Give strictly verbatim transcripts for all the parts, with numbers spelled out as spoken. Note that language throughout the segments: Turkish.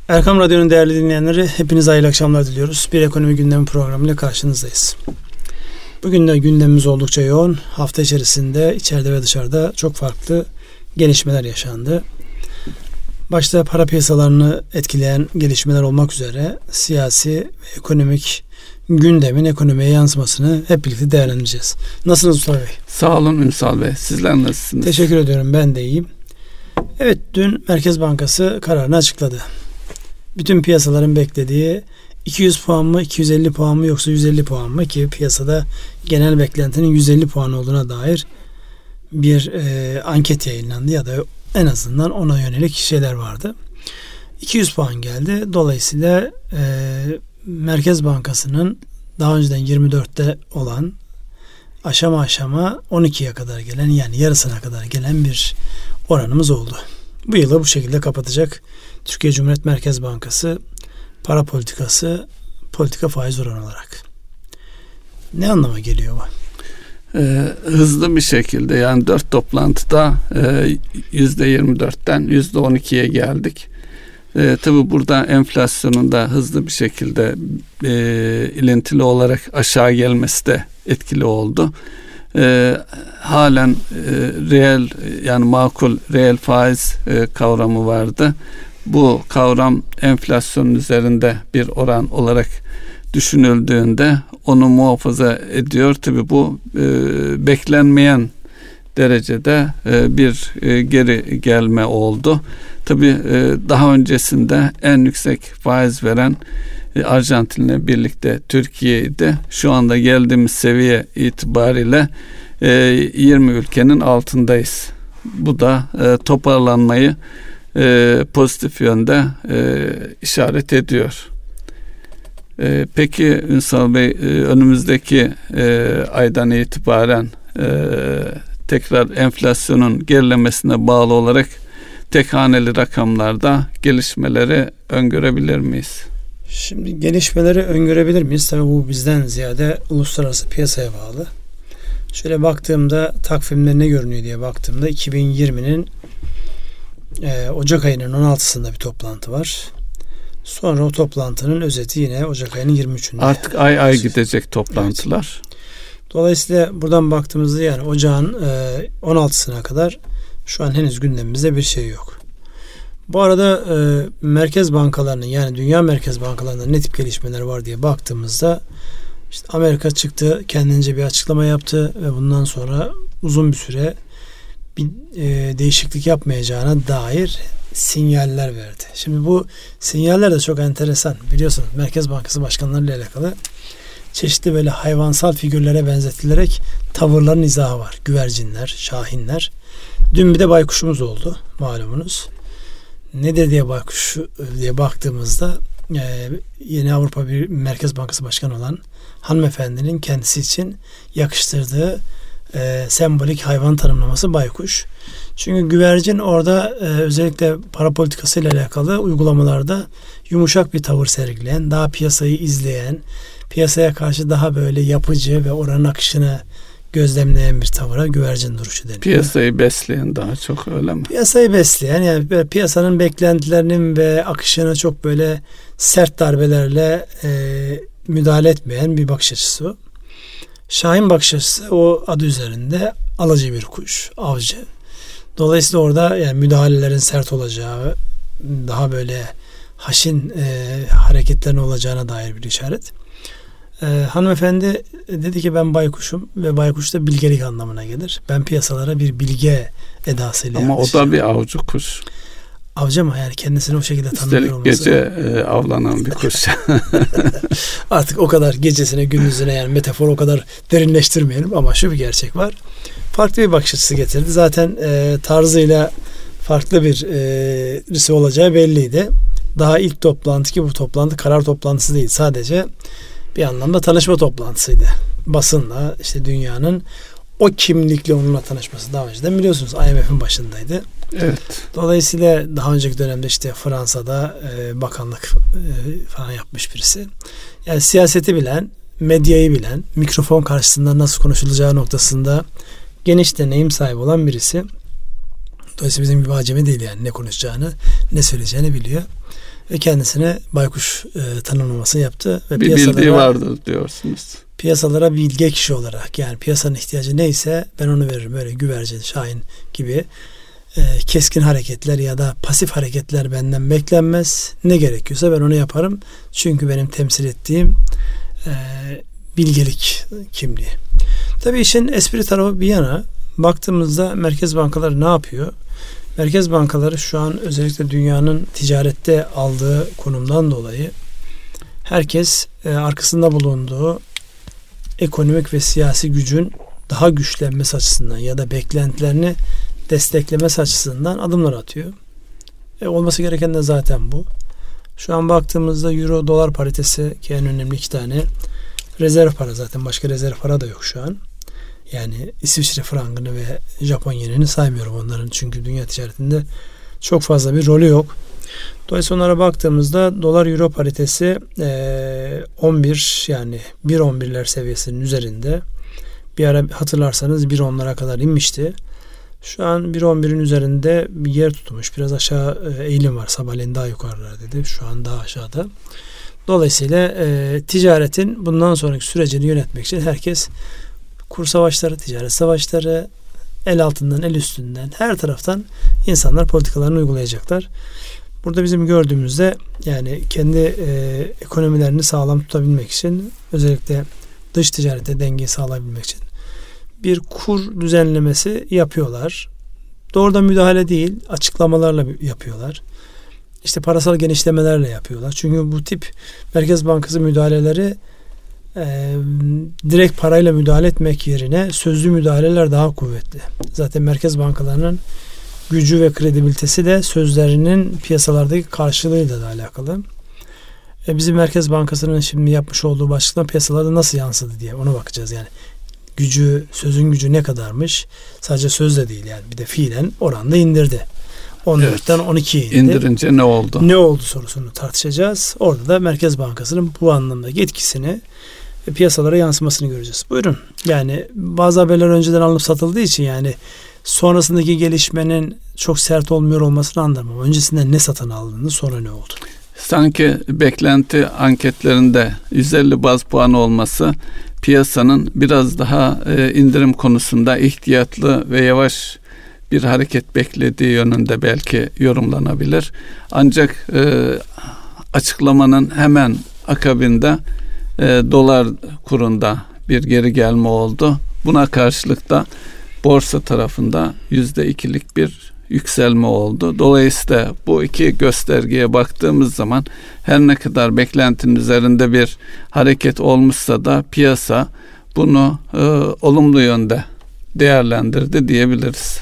Erkam Radyo'nun değerli dinleyenleri, hepinize hayırlı akşamlar diliyoruz. Bir ekonomi gündemi programıyla karşınızdayız. Bugün de gündemimiz oldukça yoğun. Hafta içerisinde içeride ve dışarıda çok farklı gelişmeler yaşandı. Başta para piyasalarını etkileyen gelişmeler olmak üzere siyasi ve ekonomik gündemin ekonomiye yansımasını hep birlikte değerlendireceğiz. Nasılsınız Mustafa Bey? Sağ olun Ünsal Bey. Sizler nasılsınız? Teşekkür ediyorum. Ben de iyiyim. Evet, dün Merkez Bankası kararını açıkladı. Bütün piyasaların beklediği iki yüz puan mı, iki yüz elli puan mı yoksa yüz elli puan mı, ki piyasada genel beklentinin yüz elli puan olduğuna dair bir e, anket yayınlandı ya da en azından ona yönelik şeyler vardı. iki yüz puan geldi. Dolayısıyla e, Merkez Bankası'nın daha önceden yirmi dörtte olan aşama aşama on ikiye kadar gelen, yani yarısına kadar gelen bir oranımız oldu. Bu yılı bu şekilde kapatacak Türkiye Cumhuriyet Merkez Bankası para politikası, politika faiz oranı olarak. Ne anlama geliyor bu? Ee, hızlı bir şekilde, yani dört toplantıda e, yüzde yirmi dörtten yüzde on ikiye geldik. E, tabii burada enflasyonun da hızlı bir şekilde e, ilintili olarak aşağı gelmesi de etkili oldu. E, halen e, reel, yani makul reel faiz e, kavramı vardı. Bu kavram enflasyonun üzerinde bir oran olarak düşünüldüğünde onu muhafaza ediyor. Tabii bu e, beklenmeyen derecede e, bir e, geri gelme oldu. Tabii e, daha öncesinde en yüksek faiz veren e, Arjantin'le birlikte Türkiye'ydi. Şu anda geldiğimiz seviye itibariyle e, yirmi ülkenin altındayız. Bu da e, toparlanmayı e, pozitif yönde e, işaret ediyor. E, peki Ünsal Bey, e, önümüzdeki e, aydan itibaren e, tekrar enflasyonun gerilemesine bağlı olarak tek haneli rakamlarda gelişmeleri öngörebilir miyiz? Şimdi gelişmeleri öngörebilir miyiz? Tabii bu bizden ziyade uluslararası piyasaya bağlı. Şöyle baktığımda takvimde ne görünüyor diye baktığımda iki bin yirminin e, Ocak ayının on altısında bir toplantı var. Sonra o toplantının özeti yine Ocak ayının yirmi üçünde. Artık ay ay gidecek toplantılar. Evet. Dolayısıyla buradan baktığımızda yani Ocağın on altısına kadar şu an henüz gündemimizde bir şey yok. Bu arada e, merkez bankalarının, yani dünya merkez bankalarında ne tip gelişmeler var diye baktığımızda işte Amerika çıktı, kendince bir açıklama yaptı ve bundan sonra uzun bir süre bir e, değişiklik yapmayacağına dair sinyaller verdi. Şimdi bu sinyaller de çok enteresan. Biliyorsunuz Merkez Bankası başkanlarıyla alakalı çeşitli böyle hayvansal figürlere benzetilerek tavırların izahı var. Güvercinler, şahinler. Dün bir de baykuşumuz oldu malumunuz. Nedir diye baykuş diye baktığımızda e, yeni Avrupa bir Merkez Bankası Başkanı olan hanımefendinin kendisi için yakıştırdığı e, sembolik hayvan tanımlaması baykuş. Çünkü güvercin orada e, özellikle para politikası ile alakalı uygulamalarda yumuşak bir tavır sergileyen, daha piyasayı izleyen, piyasaya karşı daha böyle yapıcı ve oranın akışını gözlemleyen bir tavıra güvercin duruşu deniyor. Piyasayı besleyen, daha çok öyle mi? Piyasayı besleyen, yani böyle piyasanın beklentilerinin ve akışına çok böyle sert darbelerle e, müdahale etmeyen bir bakış açısı o. Şahin bakış açısı o adı üzerinde alıcı bir kuş, avcı. Dolayısıyla orada yani müdahalelerin sert olacağı, daha böyle haşin e, hareketlerin olacağına dair bir işaret. E, hanımefendi dedi ki ben baykuşum ve baykuş da bilgelik anlamına gelir. Ben piyasalara bir bilge edasıyla Ama o da bir avcı kuş. Avcı mı? Yani kendisini o şekilde tanımlıyor olması. Üstelik gece e, avlanan bir kuş. Artık o kadar gecesine gündüzüne, yani metafor o kadar derinleştirmeyelim ama şu bir gerçek var. Farklı bir bakış açısı getirdi. Zaten e, tarzıyla farklı bir e, birisi olacağı belliydi. Daha ilk toplantı, ki bu toplantı karar toplantısı değil. Sadece bir anlamda tanışma toplantısıydı. Basınla, işte dünyanın o kimlikle onunla tanışması daha önceden biliyorsunuz I M F'in başındaydı. Evet. Dolayısıyla daha önceki dönemde işte Fransa'da e, bakanlık e, falan yapmış birisi. Yani siyaseti bilen, medyayı bilen, mikrofon karşısında nasıl konuşulacağı noktasında geniş deneyim sahibi olan birisi. Dolayısıyla bizim gibi acemi değil, yani ne konuşacağını, ne söyleyeceğini biliyor. ve kendisine baykuş e, tanımlaması yaptı. Ve bir bildiği vardır diyorsunuz. Piyasalara bilge kişi olarak, yani piyasanın ihtiyacı neyse ben onu veririm. Böyle güvercin, şahin gibi e, keskin hareketler ya da pasif hareketler benden beklenmez. Ne gerekiyorsa ben onu yaparım. Çünkü benim temsil ettiğim e, bilgelik kimliği. Tabii işin espri tarafı bir yana, baktığımızda merkez bankaları ne yapıyor? Merkez bankaları şu an özellikle dünyanın ticarette aldığı konumdan dolayı herkes e, arkasında bulunduğu ekonomik ve siyasi gücün daha güçlenmesi açısından ya da beklentilerini desteklemesi açısından adımlar atıyor. E, olması gereken de zaten bu. Şu an baktığımızda euro dolar paritesi, ki en önemli iki tane rezerv para, zaten başka rezerv para da yok şu an. Yani İsviçre frangını ve Japon yenini saymıyorum onların, çünkü dünya ticaretinde çok fazla bir rolü yok. Dolayısıyla onlara baktığımızda dolar euro paritesi on bir, yani bir on birler seviyesinin üzerinde. Bir ara hatırlarsanız bir onlara kadar inmişti. Şu an bir on birin üzerinde bir yer tutmuş. Biraz aşağı eğilim var. Sabahleyin daha yukarılardaydı. Şu an daha aşağıda. Dolayısıyla e, ticaretin bundan sonraki sürecini yönetmek için herkes kur savaşları, ticaret savaşları, el altından, el üstünden, her taraftan insanlar politikalarını uygulayacaklar. Burada bizim gördüğümüzde, yani kendi e, ekonomilerini sağlam tutabilmek için, özellikle dış ticarette dengeyi sağlayabilmek için bir kur düzenlemesi yapıyorlar. Doğrudan müdahale değil, açıklamalarla yapıyorlar. İşte parasal genişlemelerle yapıyorlar. Çünkü bu tip Merkez Bankası müdahaleleri e, direkt parayla müdahale etmek yerine sözlü müdahaleler daha kuvvetli. Zaten merkez bankalarının gücü ve kredibilitesi de sözlerinin piyasalardaki karşılığıyla da alakalı. E, bizim Merkez Bankası'nın şimdi yapmış olduğu başlıklar piyasalarda nasıl yansıdı diye ona bakacağız. Yani gücü, sözün gücü ne kadarmış? Sadece sözle değil, yani bir de fiilen oranda indirdi. on dörtten on ikiye indi. İndirince ne oldu? Ne oldu sorusunu tartışacağız. Orada da Merkez Bankası'nın bu anlamdaki etkisini ve piyasalara yansımasını göreceğiz. Buyurun. Yani bazı haberler önceden alınıp satıldığı için, yani sonrasındaki gelişmenin çok sert olmuyor olmasını anlamam. Öncesinden ne satın aldığını, sonra ne oldu? Sanki beklenti anketlerinde yüz elli baz puan olması piyasanın biraz daha e, indirim konusunda ihtiyatlı ve yavaş bir hareket beklediği yönünde belki yorumlanabilir. Ancak e, açıklamanın hemen akabinde e, dolar kurunda bir geri gelme oldu. Buna karşılık da borsa tarafında yüzde ikilik bir yükselme oldu. Dolayısıyla bu iki göstergeye baktığımız zaman her ne kadar beklentinin üzerinde bir hareket olmuşsa da piyasa bunu e, olumlu yönde değerlendirdi diyebiliriz.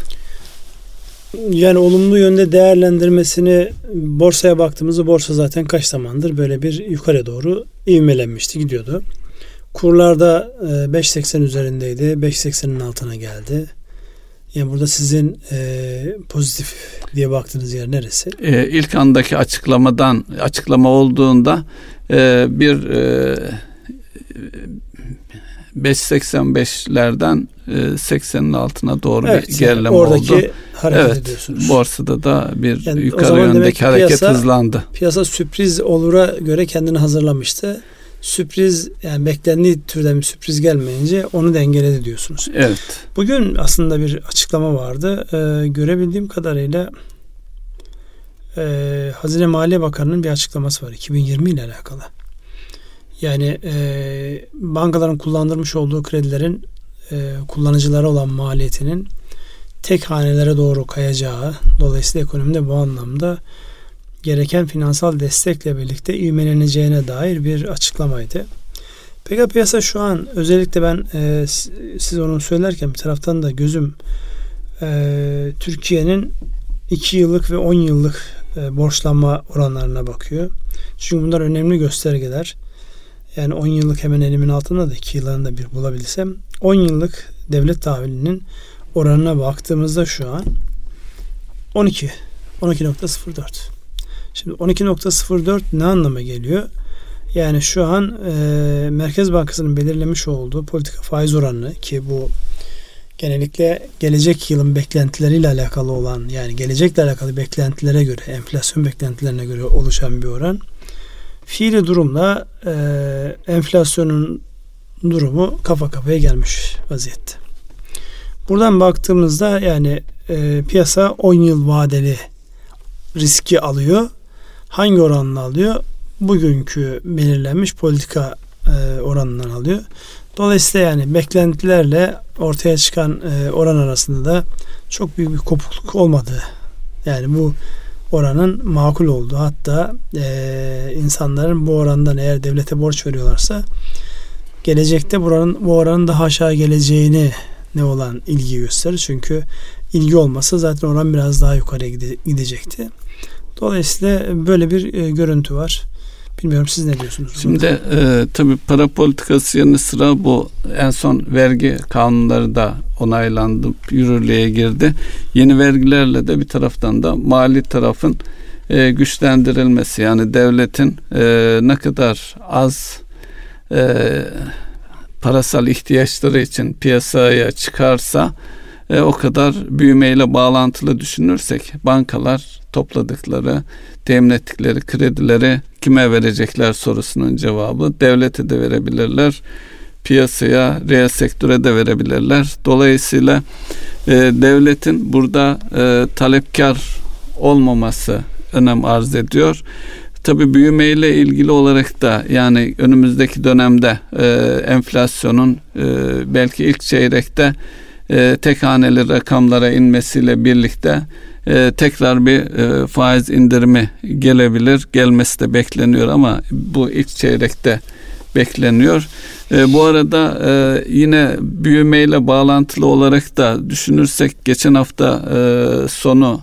Yani olumlu yönde değerlendirmesini, borsaya baktığımızda borsa zaten kaç zamandır böyle bir yukarı doğru ivmelenmişti, gidiyordu. Kurlarda beş seksen üzerindeydi. beş seksenin altına geldi. Yani burada sizin e, pozitif diye baktığınız yer neresi? E, ilk andaki açıklamadan açıklama olduğunda e, bir e, beş seksen beşlerden e, seksenin altına doğru evet, bir gerileme yani oradaki oldu. Hareket evet, ediyorsunuz. Borsada da bir yani yukarı yöndeki hareket piyasa, hızlandı. Piyasa sürpriz olura göre kendini hazırlamıştı. Sürpriz, yani beklendiği türden bir sürpriz gelmeyince onu dengeledi diyorsunuz. Evet. Bugün aslında bir açıklama vardı. Ee, görebildiğim kadarıyla e, Hazine Maliye Bakanı'nın bir açıklaması var iki bin yirmi ile alakalı. Yani e, bankaların kullandırmış olduğu kredilerin e, kullanıcılara olan maliyetinin tek hanelere doğru kayacağı, dolayısıyla ekonomide bu anlamda gereken finansal destekle birlikte ivmeleneceğine dair bir açıklamaydı. Peki piyasa şu an, özellikle ben e, siz onu söylerken bir taraftan da gözüm e, Türkiye'nin iki yıllık ve on yıllık e, borçlanma oranlarına bakıyor. Çünkü bunlar önemli göstergeler. Yani on yıllık hemen elimin altında da iki yıllarını da bir bulabilsem, on yıllık devlet tahvilinin oranına baktığımızda şu an on iki on iki nokta sıfır dört. Şimdi on iki nokta sıfır dört ne anlama geliyor? Yani şu an e, Merkez Bankası'nın belirlemiş olduğu politika faiz oranı, ki bu genellikle gelecek yılın beklentileriyle alakalı olan, yani gelecekle alakalı beklentilere göre, enflasyon beklentilerine göre oluşan bir oran. Fiili durumla e, enflasyonun durumu kafa kafaya gelmiş vaziyette. Buradan baktığımızda yani e, piyasa on yıl vadeli riski alıyor. Hangi oranla alıyor? Bugünkü belirlenmiş politika e, oranından alıyor. Dolayısıyla yani beklentilerle ortaya çıkan e, oran arasında da çok büyük bir kopukluk olmadığı, yani bu oranın makul olduğu, hatta e, insanların bu orandan eğer devlete borç veriyorlarsa gelecekte buranın, bu oranın daha aşağı geleceğini ne olan ilgi gösterir. Çünkü ilgi olmasa zaten oran biraz daha yukarıya gide, gidecekti. Dolayısıyla böyle bir e, görüntü var. Bilmiyorum, siz ne diyorsunuz? Şimdi e, tabii para politikası yanı sıra bu en son vergi kanunları da onaylandı, yürürlüğe girdi. Yeni vergilerle de bir taraftan da mali tarafın e, güçlendirilmesi, yani devletin e, ne kadar az e, parasal ihtiyaçları için piyasaya çıkarsa e, o kadar büyümeyle bağlantılı düşünürsek bankalar topladıkları, temin ettikleri kredileri kime verecekler sorusunun cevabı devlete de verebilirler, piyasaya, reel sektöre de verebilirler. Dolayısıyla e, devletin burada e, talepkar olmaması önem arz ediyor. Tabii büyümeyle ilgili olarak da yani önümüzdeki dönemde e, enflasyonun e, belki ilk çeyrekte e, tek haneli rakamlara inmesiyle birlikte e, tekrar bir e, faiz indirimi gelebilir. Gelmesi de bekleniyor ama bu ilk çeyrekte bekleniyor. E, bu arada e, yine büyümeyle bağlantılı olarak da düşünürsek geçen hafta e, sonu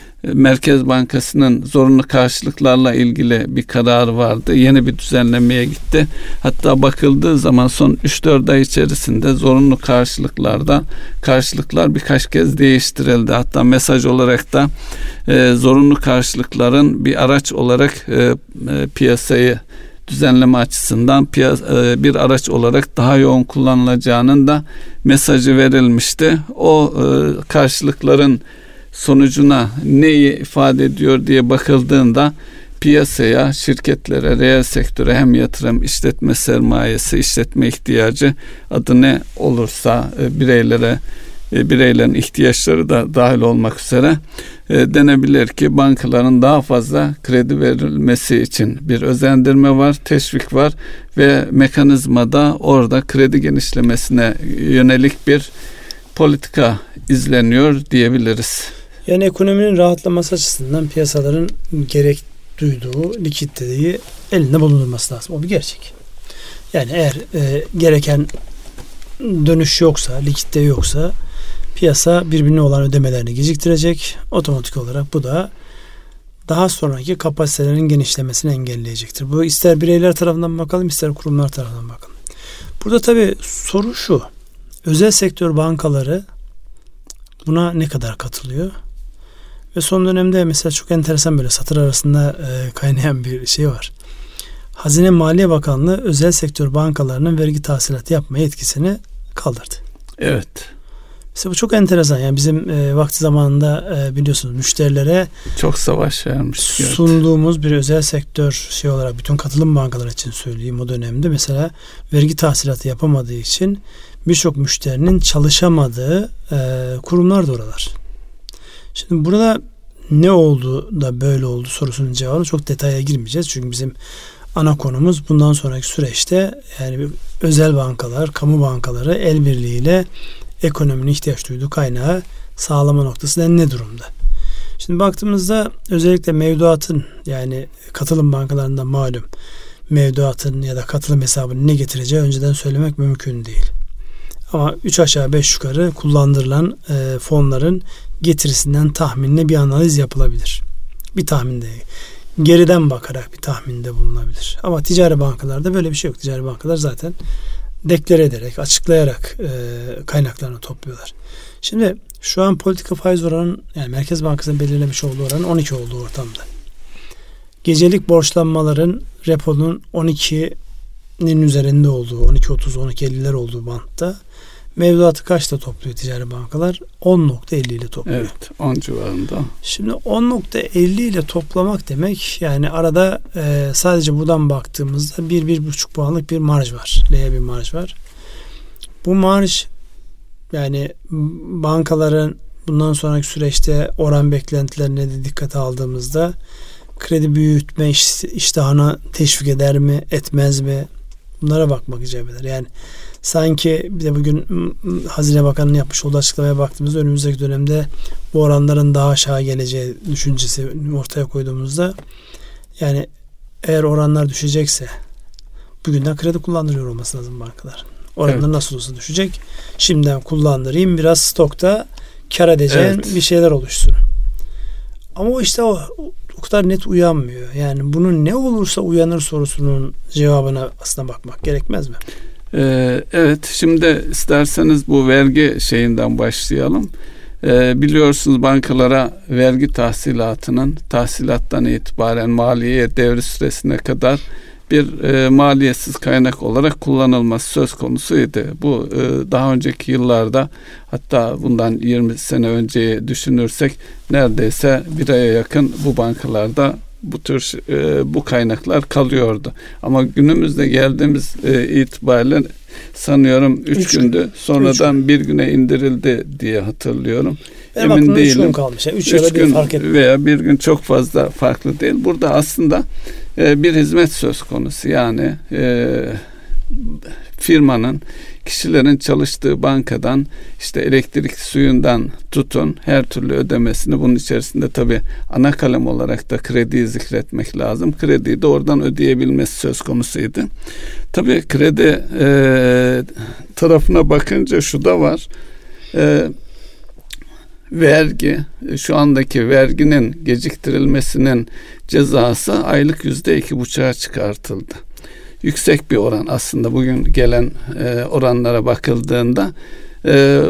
Merkez Bankası'nın zorunlu karşılıklarla ilgili bir karar vardı. Yeni bir düzenlemeye gitti. Hatta bakıldığı zaman son üç dört ay içerisinde zorunlu karşılıklarda karşılıklar birkaç kez değiştirildi. Hatta mesaj olarak da e, zorunlu karşılıkların bir araç olarak e, e, piyasayı düzenleme açısından piyas- e, bir araç olarak daha yoğun kullanılacağının da mesajı verilmişti. O e, karşılıkların sonucuna neyi ifade ediyor diye bakıldığında piyasaya, şirketlere, reel sektöre hem yatırım, işletme sermayesi, işletme ihtiyacı adı ne olursa bireylere, bireylerin ihtiyaçları da dahil olmak üzere denebilir ki bankaların daha fazla kredi verilmesi için bir özendirme var, teşvik var ve mekanizmada orada kredi genişlemesine yönelik bir politika izleniyor diyebiliriz. Yani ekonominin rahatlaması açısından piyasaların gerek duyduğu likiditeyi elinde bulundurması lazım. O bir gerçek. Yani eğer e, gereken dönüş yoksa, likidite yoksa piyasa birbirine olan ödemelerini geciktirecek. Otomatik olarak bu da daha sonraki kapasitelerin genişlemesini engelleyecektir. Bu ister bireyler tarafından bakalım, ister kurumlar tarafından bakalım. Burada tabii soru şu: özel sektör bankaları buna ne kadar katılıyor? Ve son dönemde mesela çok enteresan böyle satır arasında e, kaynayan bir şey var. Hazine Maliye Bakanlığı özel sektör bankalarının vergi tahsilatı yapma yetkisini kaldırdı. Evet. Mesela bu çok enteresan. Yani bizim e, vakti zamanında e, biliyorsunuz müşterilere çok savaş vermiş. Sunduğumuz evet. bir özel sektör şey olarak bütün katılım bankaları için söyleyeyim, o dönemde mesela vergi tahsilatı yapamadığı için birçok müşterinin çalışamadığı e, kurumlar da oralar. Şimdi burada ne oldu da böyle oldu sorusunun cevabını çok detaya girmeyeceğiz. Çünkü bizim ana konumuz bundan sonraki süreçte yani özel bankalar, kamu bankaları el birliğiyle ekonominin ihtiyaç duyduğu kaynağı sağlama noktasında ne durumda? Şimdi baktığımızda özellikle mevduatın, yani katılım bankalarında malum mevduatın ya da katılım hesabının ne getireceği önceden söylemek mümkün değil. Ama üç aşağı beş yukarı kullandırılan e, fonların getirisinden tahminle bir analiz yapılabilir. Bir tahminde, geriden bakarak bir tahminde bulunabilir. Ama ticari bankalarda böyle bir şey yok. Ticari bankalar zaten deklare ederek, açıklayarak e, kaynaklarını topluyorlar. Şimdi şu an politika faiz oranının, yani Merkez Bankası'nın belirlemiş olduğu oranın on iki olduğu ortamda. Gecelik borçlanmaların reponun on ikinin üzerinde olduğu, on iki otuz on iki elliler olduğu bantta Mevduatı kaçta topluyor ticari bankalar? on nokta elli ile topluyor. Evet, on civarında. Şimdi on nokta elli ile toplamak demek, yani arada e, sadece buradan baktığımızda bir bir buçuk puanlık bir marj var. L'ye bir marj var. Bu marj, yani bankaların bundan sonraki süreçte oran beklentilerine de dikkate aldığımızda kredi büyütme iştahına teşvik eder mi, etmez mi? Bunlara bakmak icap eder. Yani sanki bir de bugün Hazine Bakanı'nın yapmış olduğu açıklamaya baktığımızda önümüzdeki dönemde bu oranların daha aşağı geleceği düşüncesi ortaya koyduğumuzda, yani eğer oranlar düşecekse bugünden kredi kullandırıyor olması lazım bankalar. Oranlar evet. nasıl olsa düşecek. Şimdiden kullandırayım, biraz stokta kar edeceğin evet. bir şeyler oluşsun. Ama o işte o, o kadar net uyanmıyor. Yani bunun ne olursa uyanır sorusunun cevabına aslında bakmak gerekmez mi? Ee, evet, şimdi isterseniz bu vergi şeyinden başlayalım. Ee, biliyorsunuz bankalara vergi tahsilatının tahsilattan itibaren maliyeye devri süresine kadar bir e, maliyetsiz kaynak olarak kullanılması söz konusuydu. Bu e, daha önceki yıllarda, hatta bundan yirmi sene önceyi düşünürsek neredeyse bir aya yakın bu bankalarda bu tür e, bu kaynaklar kalıyordu. Ama günümüzde geldiğimiz e, itibariyle sanıyorum üç gündü. Sonradan üç bir güne indirildi diye hatırlıyorum. Benim Emin değilim. üç gün kalmış. Yani üç üç gün fark veya bir gün çok fazla farklı değil. Burada aslında e, bir hizmet söz konusu. Yani e, firmanın, kişilerin çalıştığı bankadan işte elektrik, suyundan tutun her türlü ödemesini, bunun içerisinde tabii ana kalem olarak da krediyi zikretmek lazım. Krediyi de oradan ödeyebilmesi söz konusuydu. Tabii kredi e, tarafına bakınca şu da var. E, vergi, şu andaki verginin geciktirilmesinin cezası aylık yüzde iki buçuğa çıkartıldı. Yüksek bir oran aslında bugün gelen e, oranlara bakıldığında e,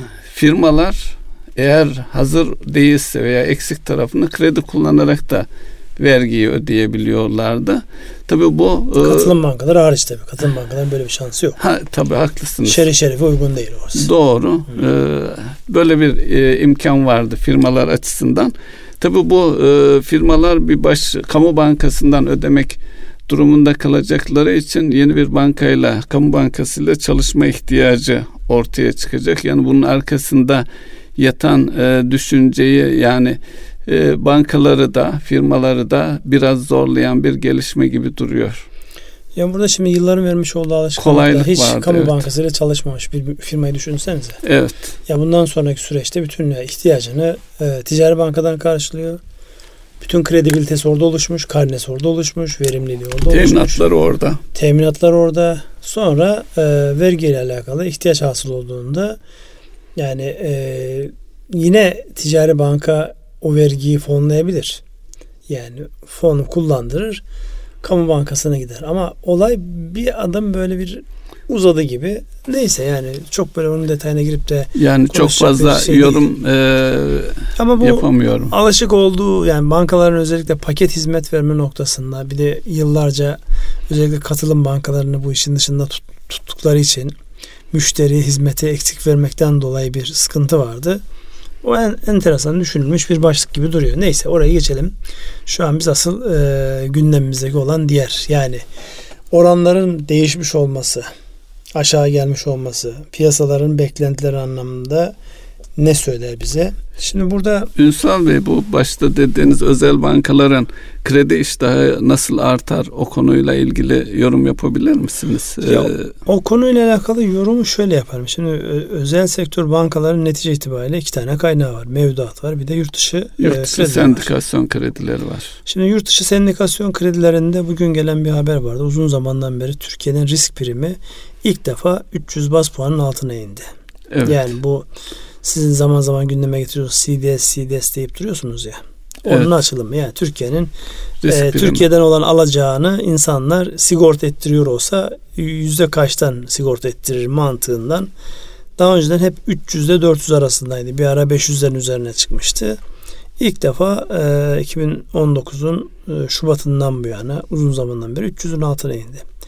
firmalar eğer hazır değilse veya eksik tarafını kredi kullanarak da vergiyi ödeyebiliyorlardı. Tabii bu katılım e, bankaları hariç tabii. Katılım bankaların böyle bir şansı yok. Ha, tabii haklısınız. Şerif şerife uygun değil orası. Doğru. E, böyle bir e, imkan vardı firmalar açısından. Tabii bu e, firmalar bir baş kamu bankasından ödemek durumunda kalacakları için yeni bir bankayla, kamu bankasıyla çalışma ihtiyacı ortaya çıkacak. Yani bunun arkasında yatan e, düşünceyi, yani e, bankaları da firmaları da biraz zorlayan bir gelişme gibi duruyor. Yani burada şimdi yılların vermiş olduğu alışkanlıkla hiç vardı, kamu evet. bankasıyla çalışmamış bir firmayı düşünsenize. Evet. Ya bundan sonraki süreçte bütün ihtiyacını e, ticari bankadan karşılıyor. Bütün kredibilitesi orada oluşmuş, karnesi orada oluşmuş, verimliliği orada oluşmuş. Teminatları orada. Teminatlar orada. Sonra e, vergiyle alakalı ihtiyaç hasıl olduğunda, yani e, yine ticari banka o vergiyi fonlayabilir. Yani fonu kullandırır, kamu bankasına gider. Ama olay bir adım böyle bir uzadı gibi. Neyse, yani çok böyle onun detayına girip de yani çok fazla şey yorum e, ama bu yapamıyorum. Alışık olduğu, yani bankaların özellikle paket hizmet verme noktasında, bir de yıllarca özellikle katılım bankalarını bu işin dışında tut, tuttukları için müşteri hizmeti eksik vermekten dolayı bir sıkıntı vardı. O en enteresan düşünülmüş bir başlık gibi duruyor. Neyse, oraya geçelim. Şu an biz asıl e, gündemimizdeki olan diğer, yani oranların değişmiş olması, aşağı gelmiş olması, piyasaların beklentileri anlamında ne söyler bize? Şimdi burada Ünsal Bey, bu başta dediğiniz özel bankaların kredi iştahı nasıl artar, o konuyla ilgili yorum yapabilir misiniz? Ya, ee, o konuyla alakalı yorumu şöyle yaparım. Şimdi özel sektör bankaların netice itibariyle iki tane kaynağı var. Mevduat var, bir de yurt dışı yurt dışı e, sendikasyon var. kredileri var. Şimdi yurt dışı sendikasyon kredilerinde bugün gelen bir haber vardı. Uzun zamandan beri Türkiye'nin risk primi ilk defa üç yüz baz puanın altına indi. Evet. Yani bu sizin zaman zaman gündeme getiriyorsunuz, C D S, C D S deyip duruyorsunuz ya. Onun evet. açılımı, yani Türkiye'nin e, Türkiye'den olan alacağını insanlar sigorta ettiriyor olsa yüzde kaçtan sigorta ettirir mantığından. Daha önceden hep üç yüzde dört yüz arasındaydı. Bir ara beş yüzlerin üzerine çıkmıştı. İlk defa e, iki bin on dokuzun e, Şubat'ından bu yana uzun zamandan beri üç yüzün altına indi.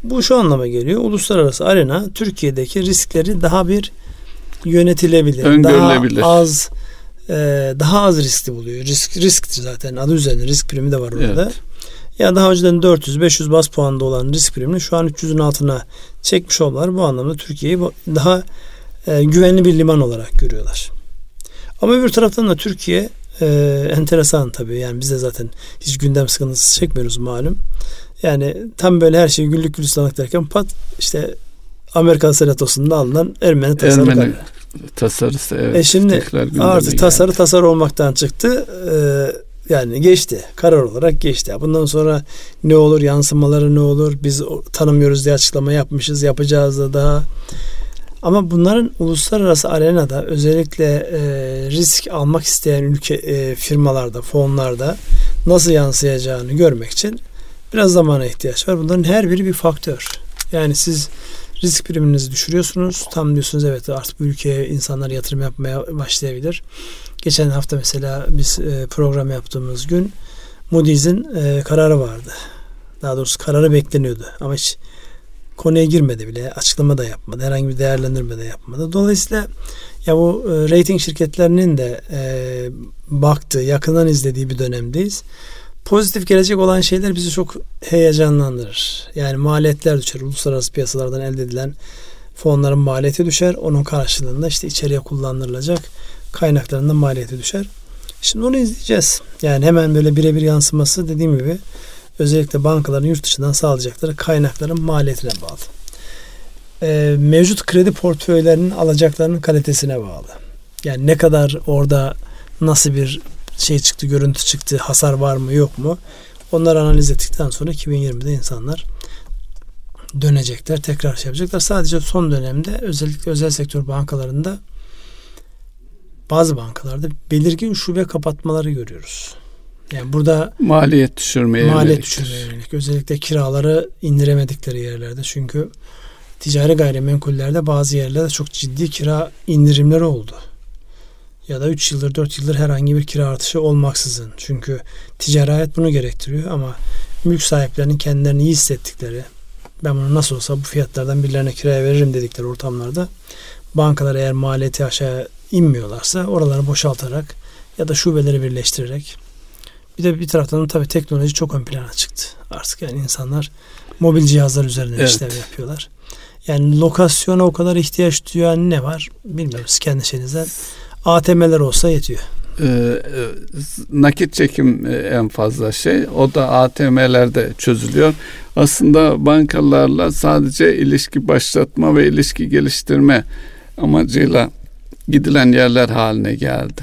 Bu şu anlama geliyor. Uluslararası arena Türkiye'deki riskleri daha bir yönetilebilir, öngörülebilir. Daha az e, daha az riskli buluyor. Risk risktir zaten. Adı üzerinde risk primi de var orada. Evet. Ya daha önceden dört yüz beş yüz baz puanda olan risk primini şu an üç yüzün altına çekmiş olmaları bu anlamda Türkiye'yi daha e, güvenli bir liman olarak görüyorlar. Ama öbür taraftan da Türkiye e, enteresan tabii. Yani biz de zaten hiç gündem sıkıntısı çekmiyoruz malum. Yani tam böyle her şey güllük gülistanlık derken pat işte Amerikan Senatosu'nda alınan Ermeni tasarı. Ermeni tasarısı evet. E şimdi artık tasarı yani. tasarı olmaktan çıktı. E, yani geçti. Karar olarak geçti. Bundan sonra ne olur, yansımaları ne olur, biz tanımıyoruz diye açıklama yapmışız, yapacağız da daha. Ama bunların uluslararası arenada özellikle e, risk almak isteyen ülke e, firmalarda, fonlarda nasıl yansıyacağını görmek için biraz zamana ihtiyaç var. Bunların her biri bir faktör. Yani siz risk priminizi düşürüyorsunuz. Tam diyorsunuz evet artık bu ülkeye insanlar yatırım yapmaya başlayabilir. Geçen hafta mesela biz e, program yaptığımız gün Moody's'in e, kararı vardı. Daha doğrusu kararı bekleniyordu. Ama hiç konuya girmedi bile. Açıklama da yapmadı. Herhangi bir değerlendirme de yapmadı. Dolayısıyla ya bu e, rating şirketlerinin de e, baktığı, yakından izlediği bir dönemdeyiz. Pozitif gelecek olan şeyler bizi çok heyecanlandırır. Yani maliyetler düşer. Uluslararası piyasalardan elde edilen fonların maliyeti düşer. Onun karşılığında işte içeriye kullanılacak kaynaklarında maliyeti düşer. Şimdi onu izleyeceğiz. Yani hemen böyle birebir yansıması dediğim gibi özellikle bankaların yurt dışından sağlayacakları kaynakların maliyetine bağlı. Ee, mevcut kredi portföylerinin alacaklarının kalitesine bağlı. Yani ne kadar orada nasıl bir şey çıktı, görüntü çıktı, hasar var mı yok mu? Onları analiz ettikten sonra iki bin yirmide insanlar dönecekler, tekrar şey yapacaklar. Sadece son dönemde özellikle özel sektör bankalarında bazı bankalarda belirgin şube kapatmaları görüyoruz. Yani burada maliyet düşürmeye maliyet yönelik. düşürmeye yönelik. Özellikle kiraları indiremedikleri yerlerde. Çünkü ticari gayrimenkullerde bazı yerlerde çok ciddi kira indirimleri oldu. Ya da üç yıldır dört yıldır herhangi bir kira artışı olmaksızın. Çünkü ticari hayat bunu gerektiriyor ama mülk sahiplerinin kendilerini iyi hissettikleri, ben bunu nasıl olsa bu fiyatlardan birilerine kiraya veririm dedikleri ortamlarda bankalar eğer maliyeti aşağı inmiyorlarsa oraları boşaltarak ya da şubeleri birleştirerek, bir de bir taraftan da tabii teknoloji çok ön plana çıktı. Artık yani insanlar mobil cihazlar üzerinden evet. işlem yapıyorlar. Yani lokasyona o kadar ihtiyaç duyan ne var bilmiyorum, siz kendi şeyinizden A T M'ler olsa yetiyor. Ee, nakit çekim en fazla şey. O da A T M'lerde çözülüyor. Aslında bankalarla sadece ilişki başlatma ve ilişki geliştirme amacıyla gidilen yerler haline geldi.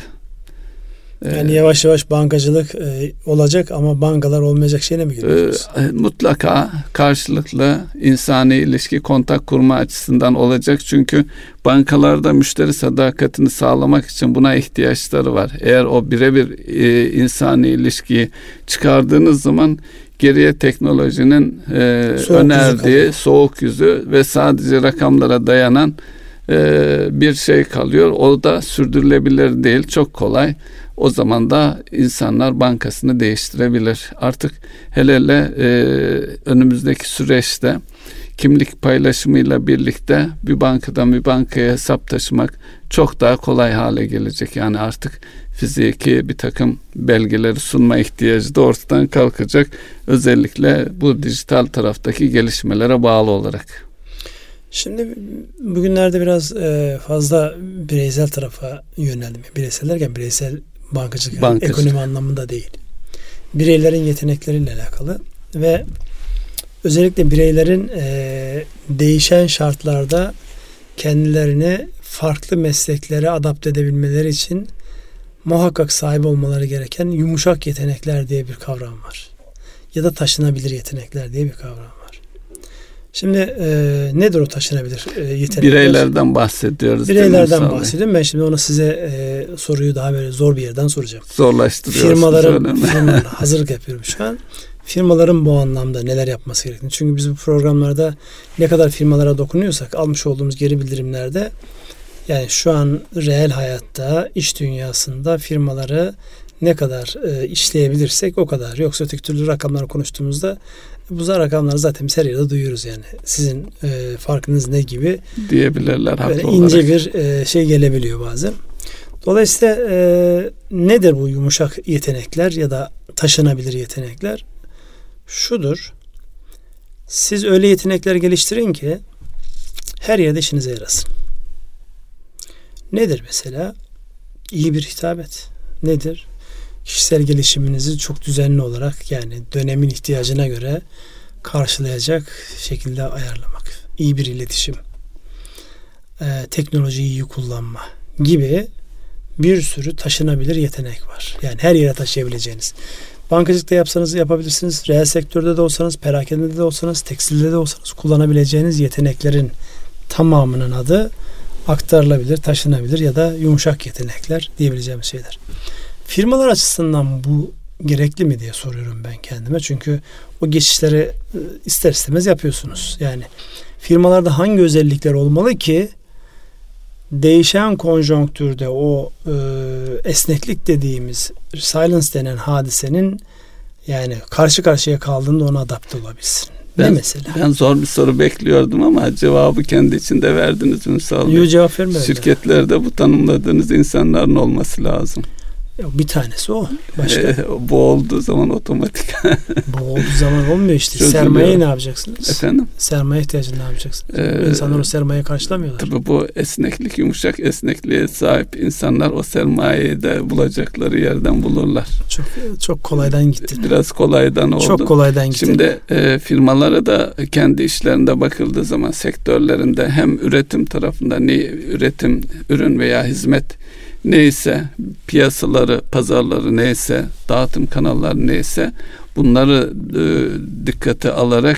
Yani ee, yavaş yavaş bankacılık e, olacak ama bankalar olmayacak şeyle mi gidiyoruz? E, mutlaka karşılıklı insani ilişki, kontak kurma açısından olacak. Çünkü bankalarda müşteri sadakatini sağlamak için buna ihtiyaçları var. Eğer o birebir e, insani ilişkiyi çıkardığınız zaman geriye teknolojinin e, soğuk önerdiği yüzü soğuk yüzü ve sadece rakamlara dayanan e, bir şey kalıyor. O da sürdürülebilir değil, çok kolay. O zaman da insanlar bankasını değiştirebilir. Artık hele hele e, önümüzdeki süreçte kimlik paylaşımıyla birlikte bir bankadan bir bankaya hesap taşımak çok daha kolay hale gelecek. Yani artık fiziki bir takım belgeleri sunma ihtiyacı da ortadan kalkacak. Özellikle bu dijital taraftaki gelişmelere bağlı olarak. Şimdi bugünlerde biraz e, fazla bireysel tarafa yöneldim. Bireysel derken bireysel bankacılık, yani ekonomi anlamında değil. Bireylerin yetenekleriyle alakalı ve özellikle bireylerin e, değişen şartlarda kendilerini farklı mesleklere adapte edebilmeleri için muhakkak sahip olmaları gereken yumuşak yetenekler diye bir kavram var. Ya da taşınabilir yetenekler diye bir kavram var. Şimdi e, nedir o taşınabilir e, yetenekler? Bireylerden bahsediyoruz. Bireylerden bahsediyorum. Ben şimdi onu size e, soruyu daha böyle zor bir yerden soracağım. Zorlaştırıyorsunuz. Firmaların, firmaların hazırlık yapıyorum şu an. Firmaların bu anlamda neler yapması gerektiğini. Çünkü biz bu programlarda ne kadar firmalara dokunuyorsak almış olduğumuz geri bildirimlerde yani şu an reel hayatta, iş dünyasında firmaları ne kadar e, işleyebilirsek o kadar. Yoksa öteki türlü rakamlar konuştuğumuzda bu rakamları zaten biz her yerde duyuyoruz yani. Sizin e, farkınız ne gibi diyebilirler haklı böyle olarak. ince bir e, şey gelebiliyor bazen. Dolayısıyla e, nedir bu yumuşak yetenekler ya da taşınabilir yetenekler? Şudur. Siz öyle yetenekler geliştirin ki her yerde işinize yarasın. Nedir mesela? İyi bir hitabet. Nedir? Kişisel gelişiminizi çok düzenli olarak yani dönemin ihtiyacına göre karşılayacak şekilde ayarlamak. İyi bir iletişim. Ee, teknolojiyi iyi kullanma gibi bir sürü taşınabilir yetenek var. Yani her yere taşıyabileceğiniz. Bankacılıkta yapsanız yapabilirsiniz. Reel sektörde de olsanız, perakende de olsanız, tekstilde de olsanız kullanabileceğiniz yeteneklerin tamamının adı aktarılabilir, taşınabilir ya da yumuşak yetenekler diyebileceğimiz şeyler. Firmalar açısından bu gerekli mi diye soruyorum ben kendime. Çünkü o geçişleri ister istemez yapıyorsunuz. Yani firmalarda hangi özellikler olmalı ki değişen konjonktürde o e, esneklik dediğimiz silence denen hadisenin yani karşı karşıya kaldığında ona adapte olabilsin. Ben, ne mesela? Ben zor bir soru bekliyordum ama cevabı kendi içinde verdiniz Ünsal Bey. Yok, cevap vermedim. Şirketlerde bu tanımladığınız insanların olması lazım. Bir tanesi o. Başka? E, bu olduğu zaman otomatik. Bu olduğu zaman olmuyor işte. Çözülüyor. Sermayeyi ne yapacaksınız? Efendim? Sermaye ihtiyacını ne yapacaksınız? Ee, İnsanlar o sermayeyi karşılamıyorlar. Tabii bu esneklik, yumuşak esnekliğe sahip insanlar o sermayeyi de bulacakları yerden bulurlar. Çok çok kolaydan gitti. Biraz kolaydan oldu. Çok kolaydan gitti. Şimdi e, firmalara da kendi işlerinde bakıldığı zaman sektörlerinde hem üretim tarafında ne üretim, ürün veya hizmet neyse, piyasaları, pazarları neyse, dağıtım kanalları neyse bunları e, dikkate alarak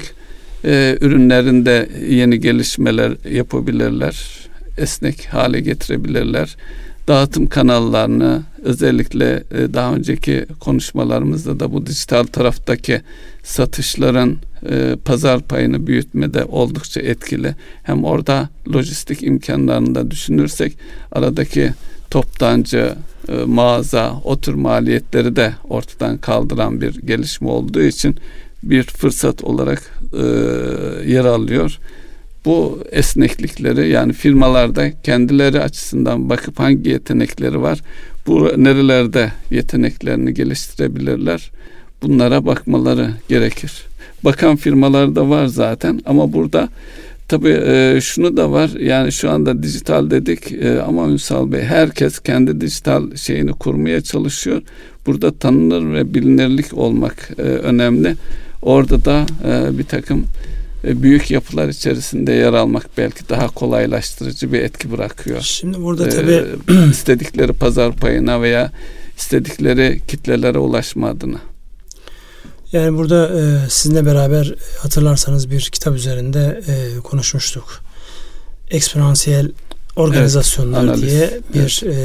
e, ürünlerinde yeni gelişmeler yapabilirler, esnek hale getirebilirler. Dağıtım kanallarını özellikle e, daha önceki konuşmalarımızda da bu dijital taraftaki satışların e, pazar payını büyütmede oldukça etkili. Hem orada lojistik imkanlarını da düşünürsek aradaki toptancı, e, mağaza, o tür maliyetleri de ortadan kaldıran bir gelişme olduğu için bir fırsat olarak e, yer alıyor. Bu esneklikleri yani firmalarda kendileri açısından bakıp hangi yetenekleri var, bu nerelerde yeteneklerini geliştirebilirler, bunlara bakmaları gerekir. Bakan firmalar da var zaten ama burada tabii e, şunu da var yani şu anda dijital dedik e, ama Ünsal Bey herkes kendi dijital şeyini kurmaya çalışıyor. Burada tanınır ve bilinirlik olmak e, önemli. Orada da e, bir takım e, büyük yapılar içerisinde yer almak belki daha kolaylaştırıcı bir etki bırakıyor. Şimdi burada tabii e, istedikleri pazar payına veya istedikleri kitlelere ulaşma adına. Yani burada e, sizinle beraber hatırlarsanız bir kitap üzerinde e, konuşmuştuk. Eksponansiyel organizasyonlar evet, diye bir evet.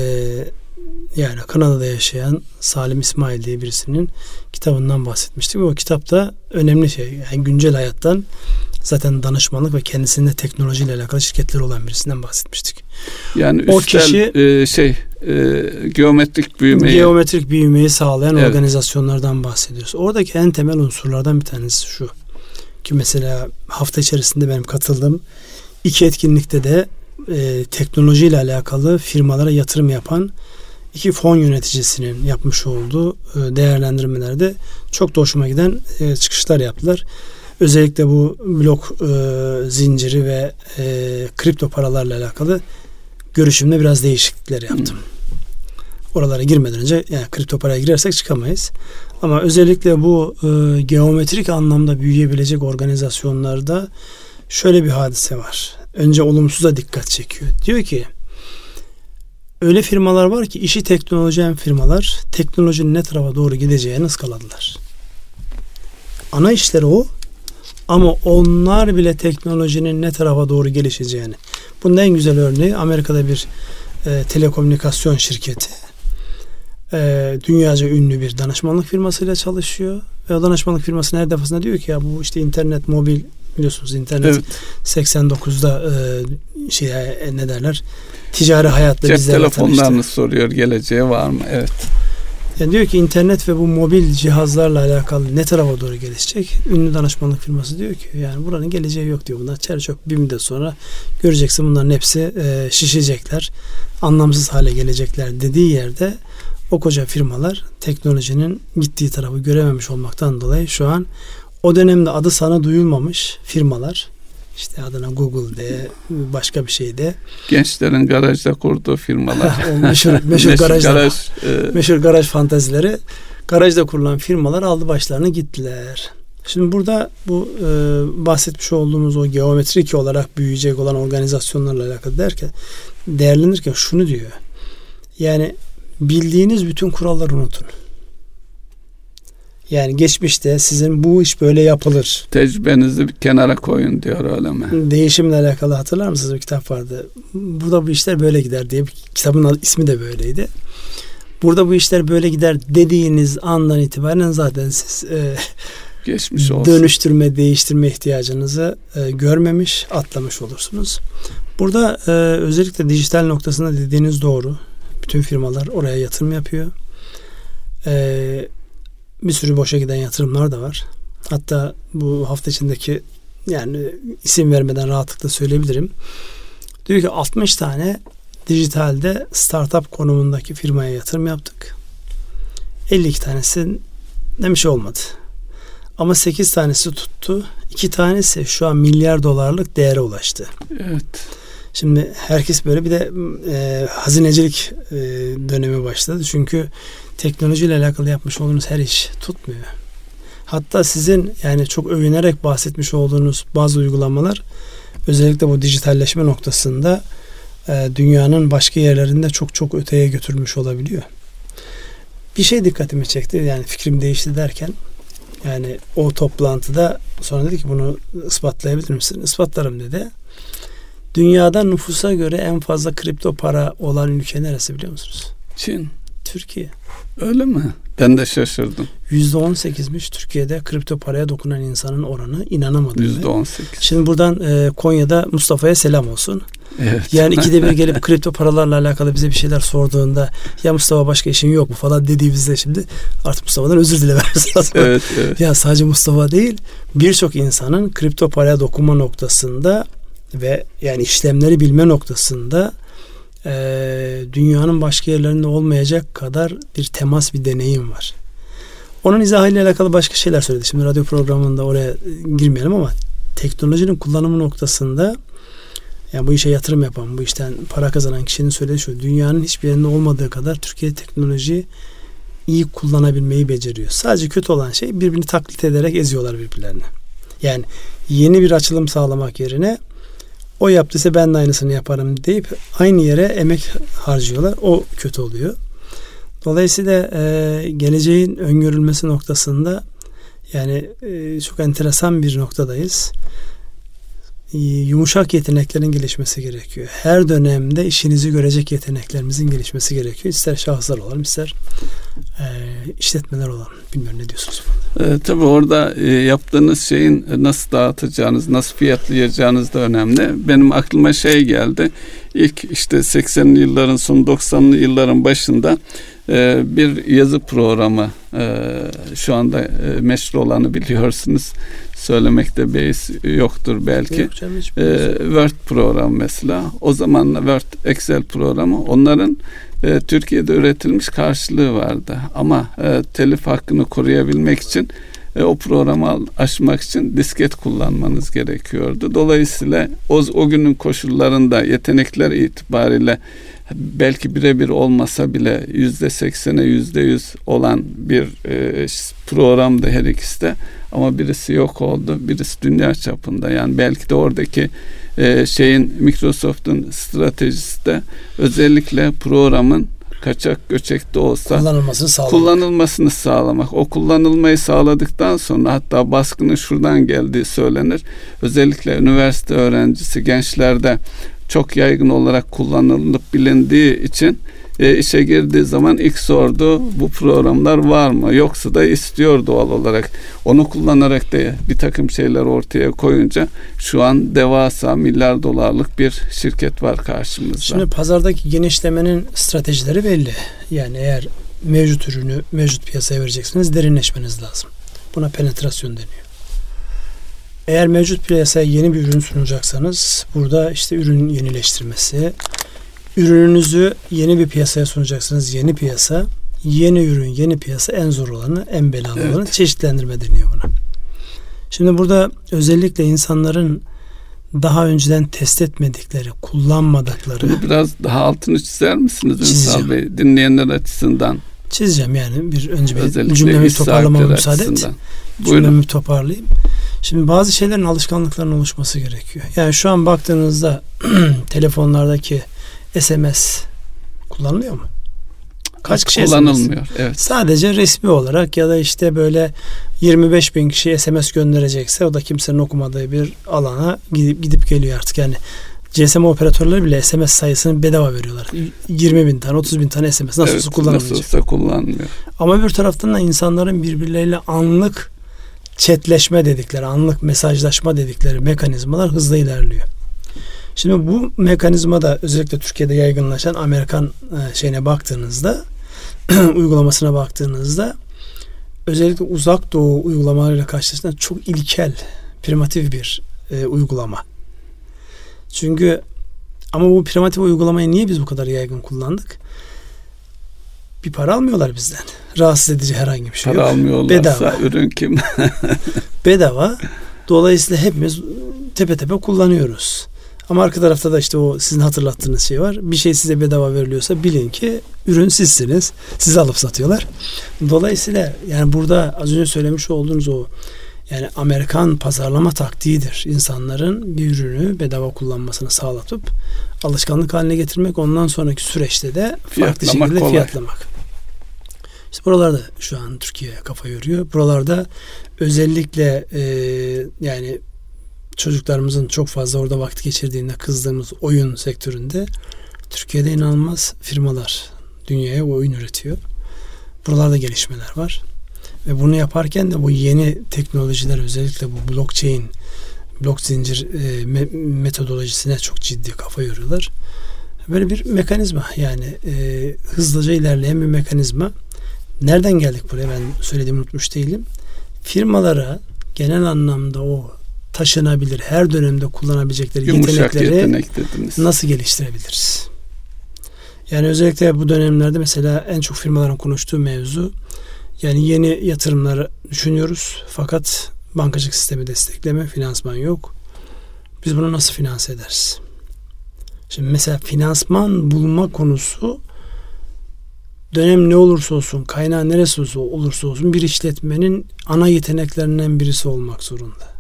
e, yani Kanada'da yaşayan Salim İsmail diye birisinin kitabından bahsetmiştik. O kitapta önemli şey yani güncel hayattan zaten danışmanlık ve kendisinde teknolojiyle alakalı şirketleri olan birisinden bahsetmiştik. Yani o üstel, kişi e, şey e, geometrik büyümeyi geometrik büyümeyi sağlayan evet. organizasyonlardan bahsediyoruz. Oradaki en temel unsurlardan bir tanesi şu. Ki mesela hafta içerisinde benim katıldığım iki etkinlikte de e, teknolojiyle alakalı firmalara yatırım yapan iki fon yöneticisinin yapmış olduğu e, değerlendirmelerde çok da hoşuma giden e, çıkışlar yaptılar. Özellikle bu blok e, zinciri ve e, kripto paralarla alakalı görüşümde biraz değişiklikler yaptım. Hmm. Oralara girmeden önce yani kripto paraya girersek çıkamayız. Ama özellikle bu e, geometrik anlamda büyüyebilecek organizasyonlarda şöyle bir hadise var. Önce olumsuza dikkat çekiyor. Diyor ki öyle firmalar var ki işi teknolojiyen firmalar teknolojinin ne tarafa doğru gideceğini ıskaladılar. Ana işleri o. Ama onlar bile teknolojinin ne tarafa doğru gelişeceğini. Bunun en güzel örneği Amerika'da bir e, telekomünikasyon şirketi. E, dünyaca ünlü bir danışmanlık firmasıyla çalışıyor. Ve o danışmanlık firması her defasında diyor ki ya bu işte internet, mobil biliyorsunuz internet evet. seksen dokuzda e, şey e, ne derler ticari hayatta cep bizlerle tanıştı. Cep telefonlarını soruyor geleceği var mı? Evet. Yani diyor ki internet ve bu mobil cihazlarla alakalı ne tarafa doğru gelişecek? Ünlü danışmanlık firması diyor ki yani buranın geleceği yok diyor. Bunlar çer çöp bir müddet sonra göreceksin bunların hepsi e, şişecekler. Anlamsız hale gelecekler dediği yerde o koca firmalar teknolojinin gittiği tarafı görememiş olmaktan dolayı şu an o dönemde adı sana duyulmamış firmalar, işte adına Google de, başka bir şey de. Gençlerin garajda kurduğu firmalar. o meşhur, meşhur, meşhur garajda, garaj, e... meşhur garaj fantazileri, garajda kurulan firmalar aldı başlarını gittiler. Şimdi burada bu e, bahsetmiş olduğumuz o geometrik olarak büyüyecek olan organizasyonlarla alakalı derken, değerlenirken şunu diyor. Yani bildiğiniz bütün kuralları unutun. Yani geçmişte sizin bu iş böyle yapılır. Tecrübenizi bir kenara koyun diyor, öyle mi? Değişimle alakalı hatırlar mısınız? Bir kitap vardı. Burada bu işler böyle gider diye. Kitabın ismi de böyleydi. Burada bu işler böyle gider dediğiniz andan itibaren zaten siz e, geçmiş olsun. Dönüştürme, değiştirme ihtiyacınızı e, görmemiş, atlamış olursunuz. Burada e, özellikle dijital noktasında dediğiniz doğru. Bütün firmalar oraya yatırım yapıyor. Eee Bir sürü boşa giden yatırımlar da var. Hatta bu hafta içindeki, yani isim vermeden rahatlıkla söyleyebilirim. Diyor ki altmış tane dijitalde startup konumundaki firmaya yatırım yaptık. elli iki tanesi demiş olmadı. Ama sekiz tanesi tuttu. iki tanesi şu an milyar dolarlık değere ulaştı. Evet. Şimdi herkes böyle bir de e, hazinecilik e, dönemi başladı. Çünkü teknolojiyle alakalı yapmış olduğunuz her iş tutmuyor. Hatta sizin yani çok övünerek bahsetmiş olduğunuz bazı uygulamalar özellikle bu dijitalleşme noktasında e, dünyanın başka yerlerinde çok çok öteye götürmüş olabiliyor. Bir şey dikkatimi çekti, yani fikrim değişti derken, yani o toplantıda sonra dedi ki bunu ispatlayabilir misin? İspatlarım dedi. Dünyada nüfusa göre en fazla kripto para olan ülke neresi biliyor musunuz? Çin. Türkiye. Öyle mi? Ben de şaşırdım. yüzde on sekizmiş Türkiye'de kripto paraya dokunan insanın oranı, inanamadım. yüzde on sekiz. Şimdi buradan e, Konya'da Mustafa'ya selam olsun. Evet. Yani ikide bir gelip kripto paralarla alakalı bize bir şeyler sorduğunda, ya Mustafa başka işin yok mu falan dediğimizde şimdi artık Mustafa'dan özür dilememiz lazım. Evet, evet. Ya sadece Mustafa değil, birçok insanın kripto paraya dokunma noktasında ve yani işlemleri bilme noktasında e, dünyanın başka yerlerinde olmayacak kadar bir temas, bir deneyim var. Onun izahıyla alakalı başka şeyler söyledi. Şimdi radyo programında oraya girmeyelim ama teknolojinin kullanımı noktasında, yani bu işe yatırım yapan, bu işten para kazanan kişinin söylediği şu: dünyanın hiçbir yerinde olmadığı kadar Türkiye teknolojiyi iyi kullanabilmeyi beceriyor. Sadece kötü olan şey, birbirini taklit ederek eziyorlar birbirlerini. Yani yeni bir açılım sağlamak yerine o yaptıysa ben de aynısını yaparım deyip aynı yere emek harcıyorlar. O kötü oluyor. Dolayısıyla e, geleceğin öngörülmesi noktasında yani e, çok enteresan bir noktadayız. E, yumuşak yeteneklerin gelişmesi gerekiyor. Her dönemde işinizi görecek yeteneklerimizin gelişmesi gerekiyor. İster şahıslar olalım, ister e, işletmeler olalım. Bilmiyorum, ne diyorsunuz? E, tabii orada e, yaptığınız şeyin nasıl dağıtacağınız, nasıl fiyatlayacağınız da önemli. Benim aklıma şey geldi. İlk işte seksenli yılların sonu, doksanlı yılların başında e, bir yazı programı, e, şu anda e, meşhur olanı biliyorsunuz. Söylemekte beis yoktur belki. Yok canım, e, Word programı mesela. O zamanla Word, Excel programı, onların e, Türkiye'de üretilmiş karşılığı vardı. Ama e, telif hakkını koruyabilmek için e, o programı aşmak için disket kullanmanız gerekiyordu. Dolayısıyla o, o günün koşullarında yetenekler itibariyle belki birebir olmasa bile yüzde seksene yüzde yüz olan bir e, programdı her ikisi de. Ama birisi yok oldu, birisi dünya çapında. Yani belki de oradaki e, şeyin, Microsoft'un stratejisi de özellikle programın kaçak göçekte olsa kullanılmasını sağlamak. kullanılmasını sağlamak. O kullanılmayı sağladıktan sonra hatta baskının şuradan geldiği söylenir. Özellikle üniversite öğrencisi gençlerde çok yaygın olarak kullanılıp bilindiği için e, işe girdiği zaman ilk sordu, bu programlar var mı? Yoksa da istiyor doğal olarak. Onu kullanarak da bir takım şeyler ortaya koyunca şu an devasa milyar dolarlık bir şirket var karşımızda. Şimdi pazardaki genişlemenin stratejileri belli. Yani eğer mevcut ürünü mevcut piyasaya vereceksiniz. Derinleşmeniz lazım. Buna penetrasyon deniyor. Eğer mevcut piyasaya yeni bir ürün sunacaksanız burada işte ürün yenileştirmesi, ürününüzü yeni bir piyasaya sunacaksınız. Yeni piyasa, yeni ürün, yeni piyasa en zor olanı, en belalı evet. olanı çeşitlendirme deniyor buna. Şimdi burada özellikle insanların daha önceden test etmedikleri, kullanmadıkları... Bunu biraz daha altını çizer misiniz Ünsal Bey? Dinleyenler açısından. Çizeceğim yani. Bir önce bir cümlemi toparlamama müsaade et. Cümlemi toparlayayım. Şimdi bazı şeylerin alışkanlıklarının oluşması gerekiyor. Yani şu an baktığınızda telefonlardaki S M S kullanılıyor mu? Kaç kişi kullanılmıyor? Evet. Sadece resmi olarak ya da işte böyle yirmi beş bin kişi S M S gönderecekse o da kimsenin okumadığı bir alana gidip, gidip geliyor artık. Yani G S M operatörleri bile S M S sayısını bedava veriyorlar. yirmi bin tane, otuz bin tane S M S nasıl evet, olsa kullanılmayacak. Nasıl olsa kullanmıyor. Ama bir taraftan da insanların birbirleriyle anlık chatleşme dedikleri, anlık mesajlaşma dedikleri mekanizmalar hızla ilerliyor. Şimdi bu mekanizmada özellikle Türkiye'de yaygınlaşan Amerikan şeyine baktığınızda uygulamasına baktığınızda özellikle uzak doğu uygulamalarıyla karşılaştığında çok ilkel, primitif bir e, uygulama. Çünkü ama bu primitif uygulamayı niye biz bu kadar yaygın kullandık? Bir para almıyorlar bizden. Rahatsız edici herhangi bir şey para yok. Almıyorlarsa bedava. Ürün kim? Bedava. Dolayısıyla hepimiz tepe tepe kullanıyoruz. Ama arka tarafta da işte o sizin hatırlattığınız şey var. Bir şey size bedava veriliyorsa bilin ki ürün sizsiniz. Sizi alıp satıyorlar. Dolayısıyla yani burada az önce söylemiş olduğunuz o yani Amerikan pazarlama taktiğidir. İnsanların bir ürünü bedava kullanmasını sağlatıp alışkanlık haline getirmek, ondan sonraki süreçte de farklı fiyatlamak şekilde kolay. Fiyatlamak. İşte buralarda şu an Türkiye kafa yoruyor. Buralarda özellikle e, yani çocuklarımızın çok fazla orada vakit geçirdiğinde kızdığımız oyun sektöründe Türkiye'de inanılmaz firmalar dünyaya oyun üretiyor. Buralarda gelişmeler var. Ve bunu yaparken de bu yeni teknolojiler özellikle bu blockchain, blok zincir e, me- metodolojisine çok ciddi kafa yoruyorlar. Böyle bir mekanizma yani e, hızlıca ilerleyen bir mekanizma. Nereden geldik buraya ben söylediğimi unutmuş değilim. Firmalara genel anlamda o taşınabilir, her dönemde kullanabilecekleri yumuşak yetenekleri yetenek nasıl geliştirebiliriz? Yani özellikle bu dönemlerde mesela en çok firmaların konuştuğu mevzu yani yeni yatırımları düşünüyoruz fakat bankacılık sistemi destekleme, finansman yok. Biz bunu nasıl finanse ederiz? Şimdi mesela finansman bulma konusu dönem ne olursa olsun, kaynağı neresi olursa olsun bir işletmenin ana yeteneklerinden birisi olmak zorunda.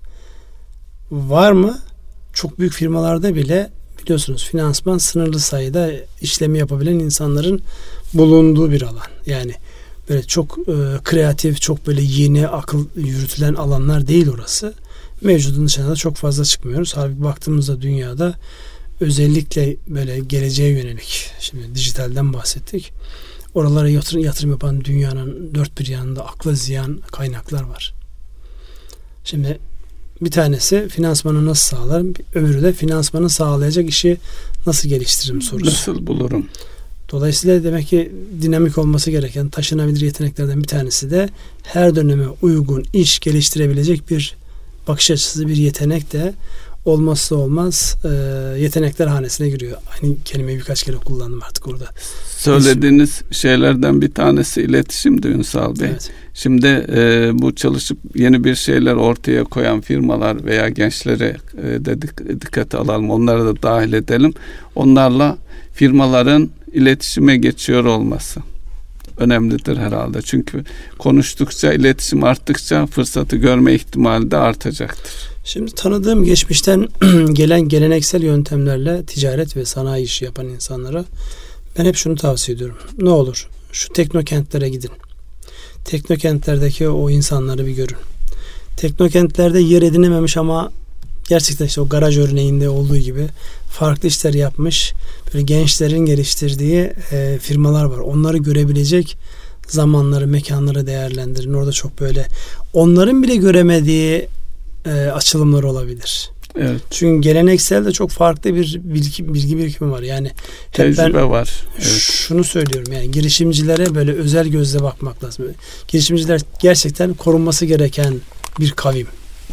Var mı? Çok büyük firmalarda bile biliyorsunuz finansman sınırlı sayıda işlemi yapabilen insanların bulunduğu bir alan. Yani böyle çok e, kreatif, çok böyle yeni akıl yürütülen alanlar değil orası. Mevcudun dışına da çok fazla çıkmıyoruz. Halbuki baktığımızda dünyada özellikle böyle geleceğe yönelik, şimdi dijitalden bahsettik. Oralara yatırım, yatırım yapan dünyanın dört bir yanında akla ziyan kaynaklar var. Şimdi bir tanesi finansmanı nasıl sağlarım, öbürü de finansmanı sağlayacak işi nasıl geliştiririm sorusu. Nasıl bulurum? Dolayısıyla demek ki dinamik olması gereken taşınabilir yeteneklerden bir tanesi de her döneme uygun iş geliştirebilecek bir bakış açısı, bir yetenek de olmazsa olmaz e, yetenekler hanesine giriyor. Aynı kelimeyi birkaç kere kullandım artık orada. Söylediğiniz şeylerden bir tanesi iletişimdi Ünsal Bey. Evet. Şimdi e, bu çalışıp yeni bir şeyler ortaya koyan firmalar veya gençlere e, de dikkate alalım. Onları da dahil edelim. Onlarla firmaların iletişime geçiyor olması önemlidir herhalde. Çünkü konuştukça, iletişim arttıkça fırsatı görme ihtimali de artacaktır. Şimdi tanıdığım geçmişten gelen geleneksel yöntemlerle ticaret ve sanayi işi yapan insanlara ben hep şunu tavsiye ediyorum. Ne olur şu teknokentlere gidin. Teknokentlerdeki o insanları bir görün. Teknokentlerde yer edinememiş ama gerçekten işte o garaj örneğinde olduğu gibi farklı işler yapmış böyle gençlerin geliştirdiği e, firmalar var. Onları görebilecek zamanları, mekanları değerlendirin. Orada çok böyle onların bile göremediği e, açılımlar olabilir. Evet. Çünkü gelenekselde çok farklı bir bilgi, bilgi birikimi var. Yani tecrübe ben var. Evet. Şunu söylüyorum, yani girişimcilere böyle özel gözle bakmak lazım. Girişimciler gerçekten korunması gereken bir kavim.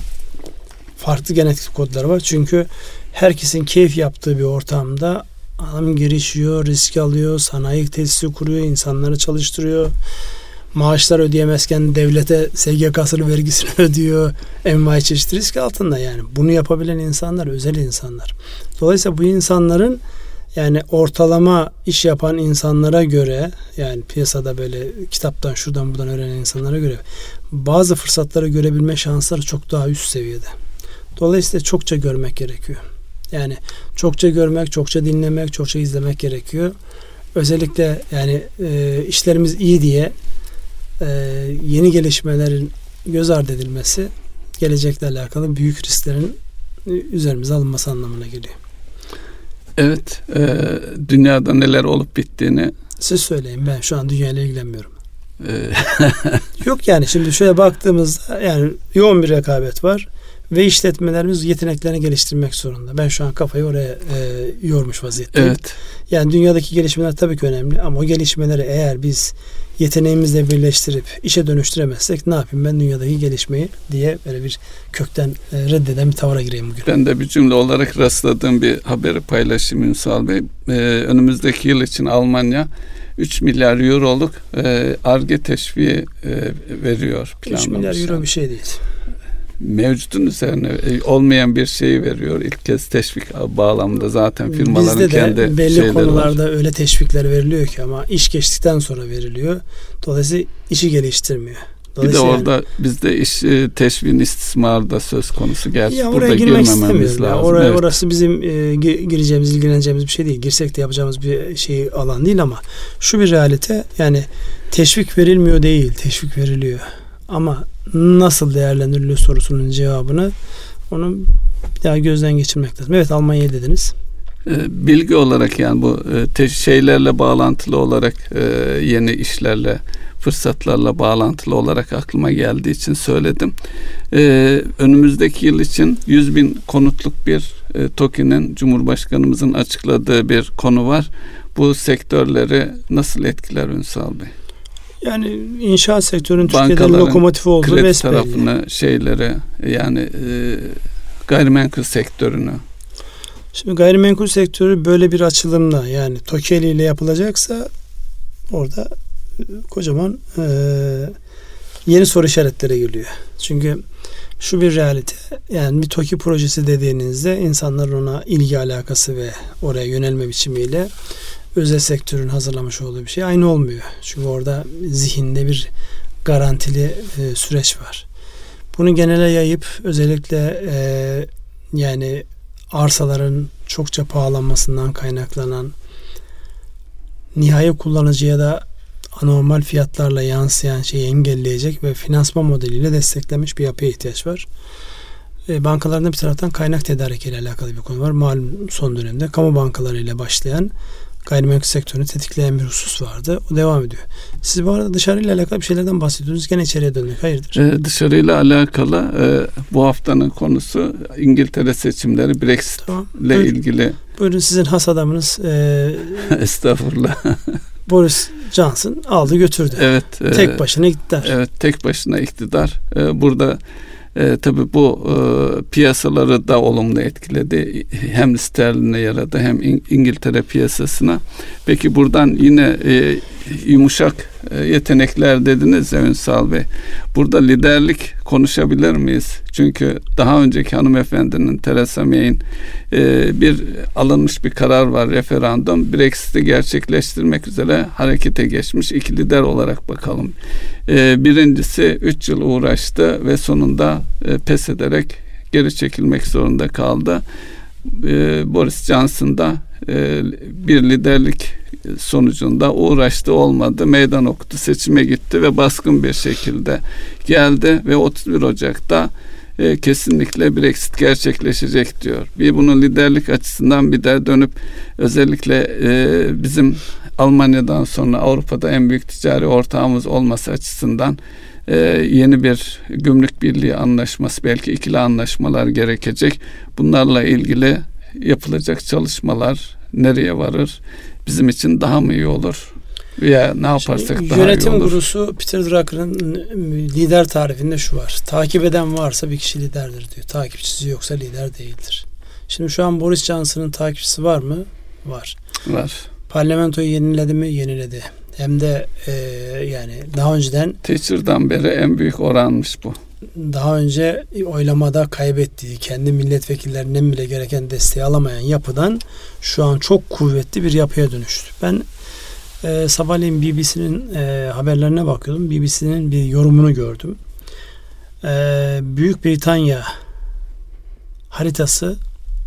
Farklı genetik kodları var. Çünkü herkesin keyif yaptığı bir ortamda adam girişiyor, risk alıyor, sanayi tesisi kuruyor, insanları çalıştırıyor. Maaşlar ödeyemezken devlete S G K'sını, vergisini ödüyor. Envai çeşit risk altında yani. Bunu yapabilen insanlar özel insanlar. Dolayısıyla bu insanların, yani ortalama iş yapan insanlara göre, yani piyasada böyle kitaptan şuradan buradan öğrenen insanlara göre bazı fırsatları görebilme şansları çok daha üst seviyede. Dolayısıyla çokça görmek gerekiyor. Yani çokça görmek, çokça dinlemek, çokça izlemek gerekiyor. Özellikle yani e, işlerimiz iyi diye e, yeni gelişmelerin göz ardı edilmesi gelecekle alakalı büyük risklerin üzerimize alınması anlamına geliyor. Evet, e, dünyada neler olup bittiğini siz söyleyin, ben şu an dünyayla ilgilenmiyorum. Yok yani şimdi şöyle baktığımızda yani yoğun bir rekabet var ve işletmelerimiz yeteneklerini geliştirmek zorunda. Ben şu an kafayı oraya e, yormuş vaziyetteyim. Evet. Yani dünyadaki gelişmeler tabii ki önemli ama o gelişmeleri eğer biz yeteneğimizle birleştirip işe dönüştüremezsek ne yapayım ben dünyadaki gelişmeyi diye böyle bir kökten e, reddeden bir tavra gireyim bugün. Ben de bir cümle olarak rastladığım bir haberi paylaşayım Ünsal Bey. Ee, önümüzdeki yıl için Almanya üç milyar euroluk Ar-Ge teşviği e, veriyor. üç milyar euro bir şey değil. Mevcudun üzerine e, olmayan bir şeyi veriyor. İlk kez teşvik bağlamında zaten firmaların bizde kendi de belli şeyleri konularda var. Öyle teşvikler veriliyor ki ama iş geçtikten sonra veriliyor. Dolayısıyla işi geliştirmiyor. Bir de orada yani, bizde iş teşviğin istismarı da söz konusu. Gerçi ya burada girmememiz lazım. Oraya, evet. Orası bizim e, gireceğimiz, ilgileneceğimiz bir şey değil. Girsek de yapacağımız bir şey alan değil ama şu bir realite, yani teşvik verilmiyor değil, teşvik veriliyor. Ama nasıl değerlendiriliyor sorusunun cevabını onu bir daha gözden geçirmek lazım. Evet, Almanya dediniz. Bilgi olarak yani bu te- şeylerle bağlantılı olarak yeni işlerle, fırsatlarla bağlantılı olarak aklıma geldiği için söyledim. Ee, önümüzdeki yıl için yüz bin konutluk bir e, TOKİ'nin Cumhurbaşkanımızın açıkladığı bir konu var. Bu sektörleri nasıl etkiler Ünsal Bey? Yani inşaat sektörünün Türkiye'de lokomotifi olduğu kredi besbelli. Tarafını, şeyleri yani e, gayrimenkul sektörünü. Şimdi gayrimenkul sektörü böyle bir açılımla, yani TOKİ ile yapılacaksa orada kocaman e, yeni soru işaretleri geliyor. Çünkü şu bir realite, yani bir TOKİ projesi dediğinizde insanların ona ilgi alakası ve oraya yönelme biçimiyle özel sektörün hazırlamış olduğu bir şey aynı olmuyor. Çünkü orada zihinde bir garantili e, süreç var. Bunu genele yayıp özellikle e, yani arsaların çokça pahalanmasından kaynaklanan, nihai kullanıcıya da anormal fiyatlarla yansıyan şeyi engelleyecek ve finansman modeliyle desteklenmiş bir yapıya ihtiyaç var. E, bankalarında bir taraftan kaynak tedarikiyle alakalı bir konu var. Malum son dönemde kamu bankalarıyla başlayan gayrimenkul sektörünü tetikleyen bir husus vardı. O devam ediyor. Siz bu arada dışarıyla alakalı bir şeylerden bahsediyorsunuz. Gene içeriye döndük. Hayırdır? Ee, dışarıyla alakalı e, bu haftanın konusu İngiltere seçimleri, Brexit tamam. ile Buyurun. ilgili. Buyurun, sizin has adamınız e, Estağfurullah. Boris Johnson aldı götürdü. Evet. E, tek başına iktidar. Evet, tek başına iktidar. E, burada E, tabii bu e, piyasaları da olumlu etkiledi. Hem sterline yaradı hem İngiltere piyasasına. Peki buradan yine e, yumuşak e, yetenekler dediniz ya Ünsal Bey. Burada liderlik konuşabilir miyiz? Çünkü daha önceki hanımefendinin Theresa May'in e, bir alınmış bir karar var, referandum. Brexit'i gerçekleştirmek üzere harekete geçmiş iki lider olarak bakalım. E, birincisi üç yıl uğraştı ve sonunda e, pes ederek geri çekilmek zorunda kaldı. E, Boris Johnson da e, bir liderlik sonucunda uğraştı, olmadı, meydan okudu, seçime gitti ve baskın bir şekilde geldi ve otuz bir Ocak'ta e, kesinlikle Brexit gerçekleşecek diyor. Bir bunun liderlik açısından, bir de dönüp özellikle e, bizim Almanya'dan sonra Avrupa'da en büyük ticari ortağımız olması açısından Ee, yeni bir gümrük birliği anlaşması, belki ikili anlaşmalar gerekecek. Bunlarla ilgili yapılacak çalışmalar nereye varır? Bizim için daha mı iyi olur? Veya ne yaparsak Şimdi, daha iyi olur? Yönetim gurusu Peter Drucker'ın lider tarifinde şu var. Takip eden varsa bir kişi liderdir diyor. Takipçisi yoksa lider değildir. Şimdi şu an Boris Johnson'ın takipçisi var mı? Var. Var. Parlamentoyu yeniledi mi? Yeniledi. Hem de e, yani daha önceden Thatcher'dan beri en büyük oranmış bu. Daha önce oylamada kaybettiği, kendi milletvekillerinden bile gereken desteği alamayan yapıdan şu an çok kuvvetli bir yapıya dönüştü. Ben e, sabahleyin B B C'nin e, haberlerine bakıyordum. B B C'nin bir yorumunu gördüm. E, Büyük Britanya haritası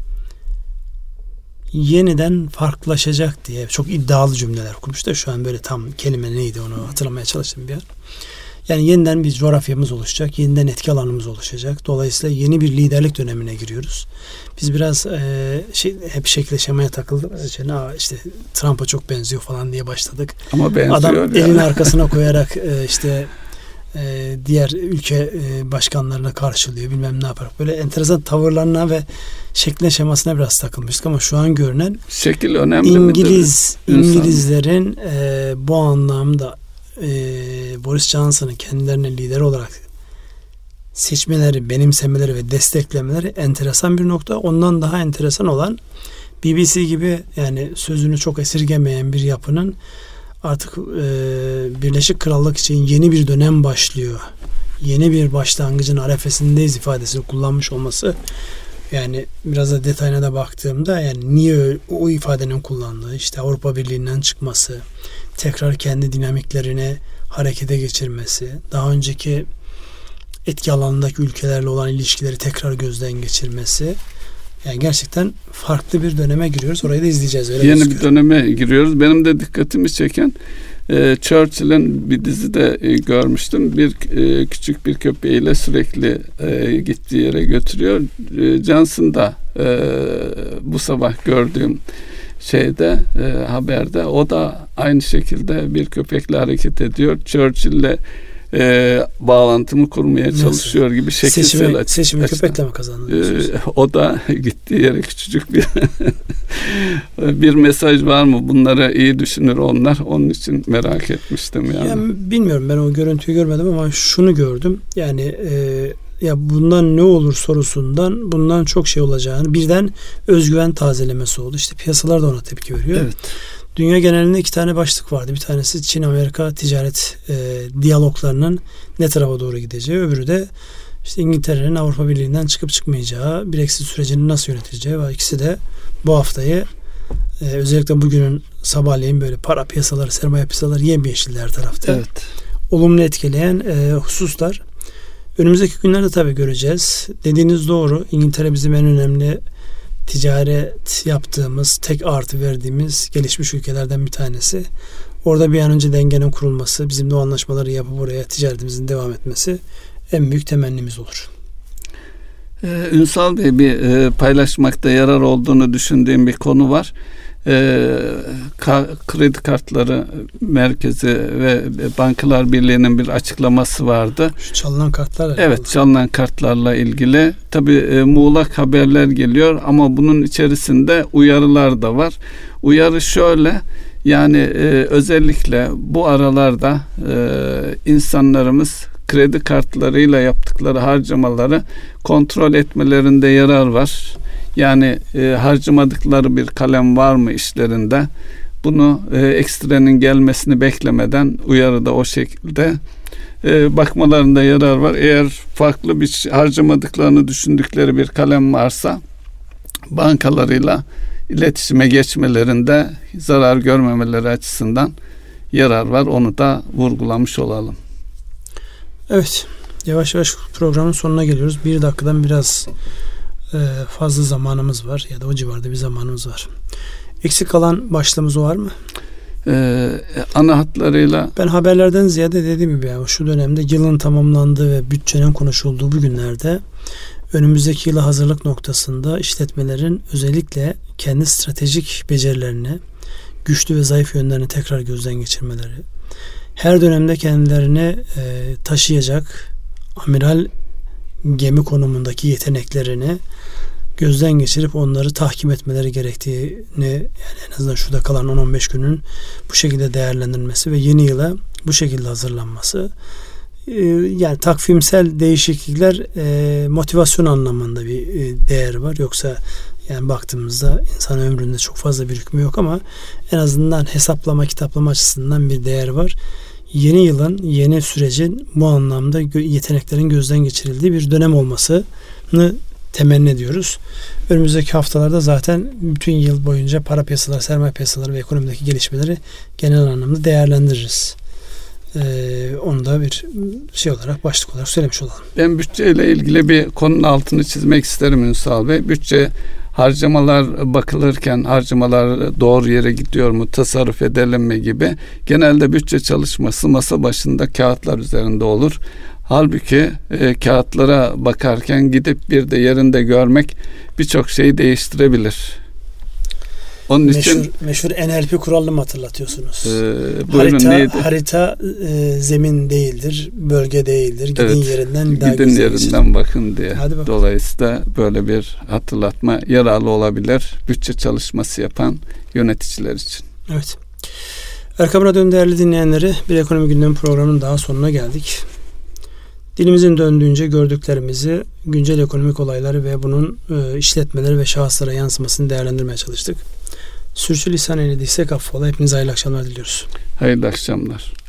yeniden farklılaşacak diye çok iddialı cümleler kurmuş da şu an böyle tam kelime neydi onu hatırlamaya çalıştım bir yer. Yani yeniden bir coğrafyamız oluşacak, yeniden etki alanımız oluşacak. Dolayısıyla yeni bir liderlik dönemine giriyoruz. Biz biraz e, şey, hep şekle şemaya takıldık. İşte, işte Trump'a çok benziyor falan diye başladık. Ama benziyor. Adam yani. elini arkasına koyarak e, işte e, diğer ülke e, başkanlarına karşılıyor, bilmem ne yaparak. Böyle enteresan tavırlarına ve şekline şemasına biraz takılmıştık ama şu an görünen şekil önemli İngiliz midir? İngilizlerin e, bu anlamda e, Boris Johnson'ın kendilerine lider olarak seçmeleri, benimsemeleri ve desteklemeleri enteresan bir nokta. Ondan daha enteresan olan B B C gibi yani sözünü çok esirgemeyen bir yapının artık e, Birleşik Krallık için yeni bir dönem başlıyor. Yeni bir başlangıcın arefesindeyiz ifadesini kullanmış olması, yani biraz da detayına da baktığımda yani niye o ifadenin kullandığı, işte Avrupa Birliği'nden çıkması, tekrar kendi dinamiklerini harekete geçirmesi, daha önceki etki alanındaki ülkelerle olan ilişkileri tekrar gözden geçirmesi, yani gerçekten farklı bir döneme giriyoruz. Orayı da izleyeceğiz. Öyle Yeni gözüküyor. bir döneme giriyoruz. Benim de dikkatimi çeken e, Churchill'in bir dizide e, görmüştüm. Bir e, küçük bir köpeğiyle sürekli e, gittiği yere götürüyor. E, Johnson da e, bu sabah gördüğüm şeyde e, haberde o da aynı şekilde bir köpekle hareket ediyor. Churchill'le e, bağlantımı kurmaya Nasıl? çalışıyor gibi şekilsel Seçimi, açı, seçimi açıdan. köpekle mi kazandı? E, o da gittiği yere küçücük bir bir mesaj var mı? Bunları iyi düşünür onlar. Onun için merak etmiştim yani. yani bilmiyorum, ben o görüntüyü görmedim ama şunu gördüm. Yani e, ya bundan ne olur sorusundan bundan çok şey olacağını, birden özgüven tazelemesi oldu. İşte piyasalar da ona tepki veriyor. Evet. Dünya genelinde iki tane başlık vardı. Bir tanesi Çin-Amerika ticaret e, diyaloglarının ne tarafa doğru gideceği. Öbürü de işte İngiltere'nin Avrupa Birliği'nden çıkıp çıkmayacağı, Brexit sürecinin nasıl yönetileceği ve ikisi de bu haftayı e, özellikle bugünün sabahleyin böyle para piyasaları, sermaye piyasaları yemyeşildi her tarafta. Evet. Olumlu etkileyen e, hususlar. Önümüzdeki günlerde tabii göreceğiz. Dediğiniz doğru. İngiltere bizim en önemli ticaret yaptığımız, tek artı verdiğimiz gelişmiş ülkelerden bir tanesi. Orada bir an önce dengenin kurulması, bizim de o anlaşmaları yapıp oraya ticaretimizin devam etmesi en büyük temennimiz olur. Ee, Ünsal Bey, bir e, paylaşmakta yarar olduğunu düşündüğüm bir konu var. Ee, ka- kredi kartları merkezi ve Bankalar Birliği'nin bir açıklaması vardı. Şu çalınan kartlar. Evet, oldu. çalınan kartlarla ilgili. Tabii e, muğlak haberler geliyor ama bunun içerisinde uyarılar da var. Uyarı şöyle, yani e, özellikle bu aralarda e, insanlarımız kredi kartlarıyla yaptıkları harcamaları kontrol etmelerinde yarar var. Yani e, harcamadıkları bir kalem var mı işlerinde? Bunu e, ekstrenin gelmesini beklemeden uyarıda o şekilde e, bakmalarında yarar var. Eğer farklı bir şey, harcamadıklarını düşündükleri bir kalem varsa bankalarıyla iletişime geçmelerinde zarar görmemeleri açısından yarar var. Onu da vurgulamış olalım. Evet. Yavaş yavaş programın sonuna geliyoruz. Bir dakikadan biraz fazla zamanımız var ya da o civarda bir zamanımız var. Eksik kalan başlığımız var mı? Ee, ana hatlarıyla ben haberlerden ziyade dediğim gibi yani şu dönemde yılın tamamlandığı ve bütçenin konuşulduğu bu günlerde önümüzdeki yıla hazırlık noktasında işletmelerin özellikle kendi stratejik becerilerini, güçlü ve zayıf yönlerini tekrar gözden geçirmeleri, her dönemde kendilerini e, taşıyacak amiral gemi konumundaki yeteneklerini gözden geçirip onları tahkim etmeleri gerektiğini, yani en azından şurada kalan on on beş günün bu şekilde değerlendirilmesi ve yeni yıla bu şekilde hazırlanması, e, yani takvimsel değişiklikler e, motivasyon anlamında bir e, değer var. Yoksa yani baktığımızda insan ömründe çok fazla bir hükmü yok ama en azından hesaplama, kitaplama açısından bir değer var. Yeni yılın, yeni sürecin bu anlamda yeteneklerin gözden geçirildiği bir dönem olmasını temenni ediyoruz. Önümüzdeki haftalarda zaten bütün yıl boyunca para piyasaları, sermaye piyasaları ve ekonomideki gelişmeleri genel anlamda değerlendiririz. Ee, onu da bir şey olarak, başlık olarak söylemiş olalım. Ben bütçeyle ilgili bir konunun altını çizmek isterim Ünsal Bey. Bütçe, harcamalar bakılırken harcamalar doğru yere gidiyor mu, tasarruf edelim mi gibi, genelde bütçe çalışması masa başında kağıtlar üzerinde olur. Halbuki e, kağıtlara bakarken gidip bir de yerinde görmek birçok şeyi değiştirebilir. Onun meşhur, için meşhur N L P kuralını mı hatırlatıyorsunuz? E, buyurun, harita neydi? harita e, zemin değildir, bölge değildir. Gidin evet, yerinden daha gidin yerinden geçin. Bakın diye. Dolayısıyla böyle bir hatırlatma yararlı olabilir bütçe çalışması yapan yöneticiler için. Evet. Erkam Radyo'nun değerli dinleyenleri, bir ekonomi gündemi programının daha sonuna geldik. Dilimizin döndüğünce gördüklerimizi, güncel ekonomik olayları ve bunun e, işletmeleri ve şahıslara yansımasını değerlendirmeye çalıştık. Sürçülisan eylediysek affola. Hepinize hayırlı akşamlar diliyoruz. Hayırlı akşamlar.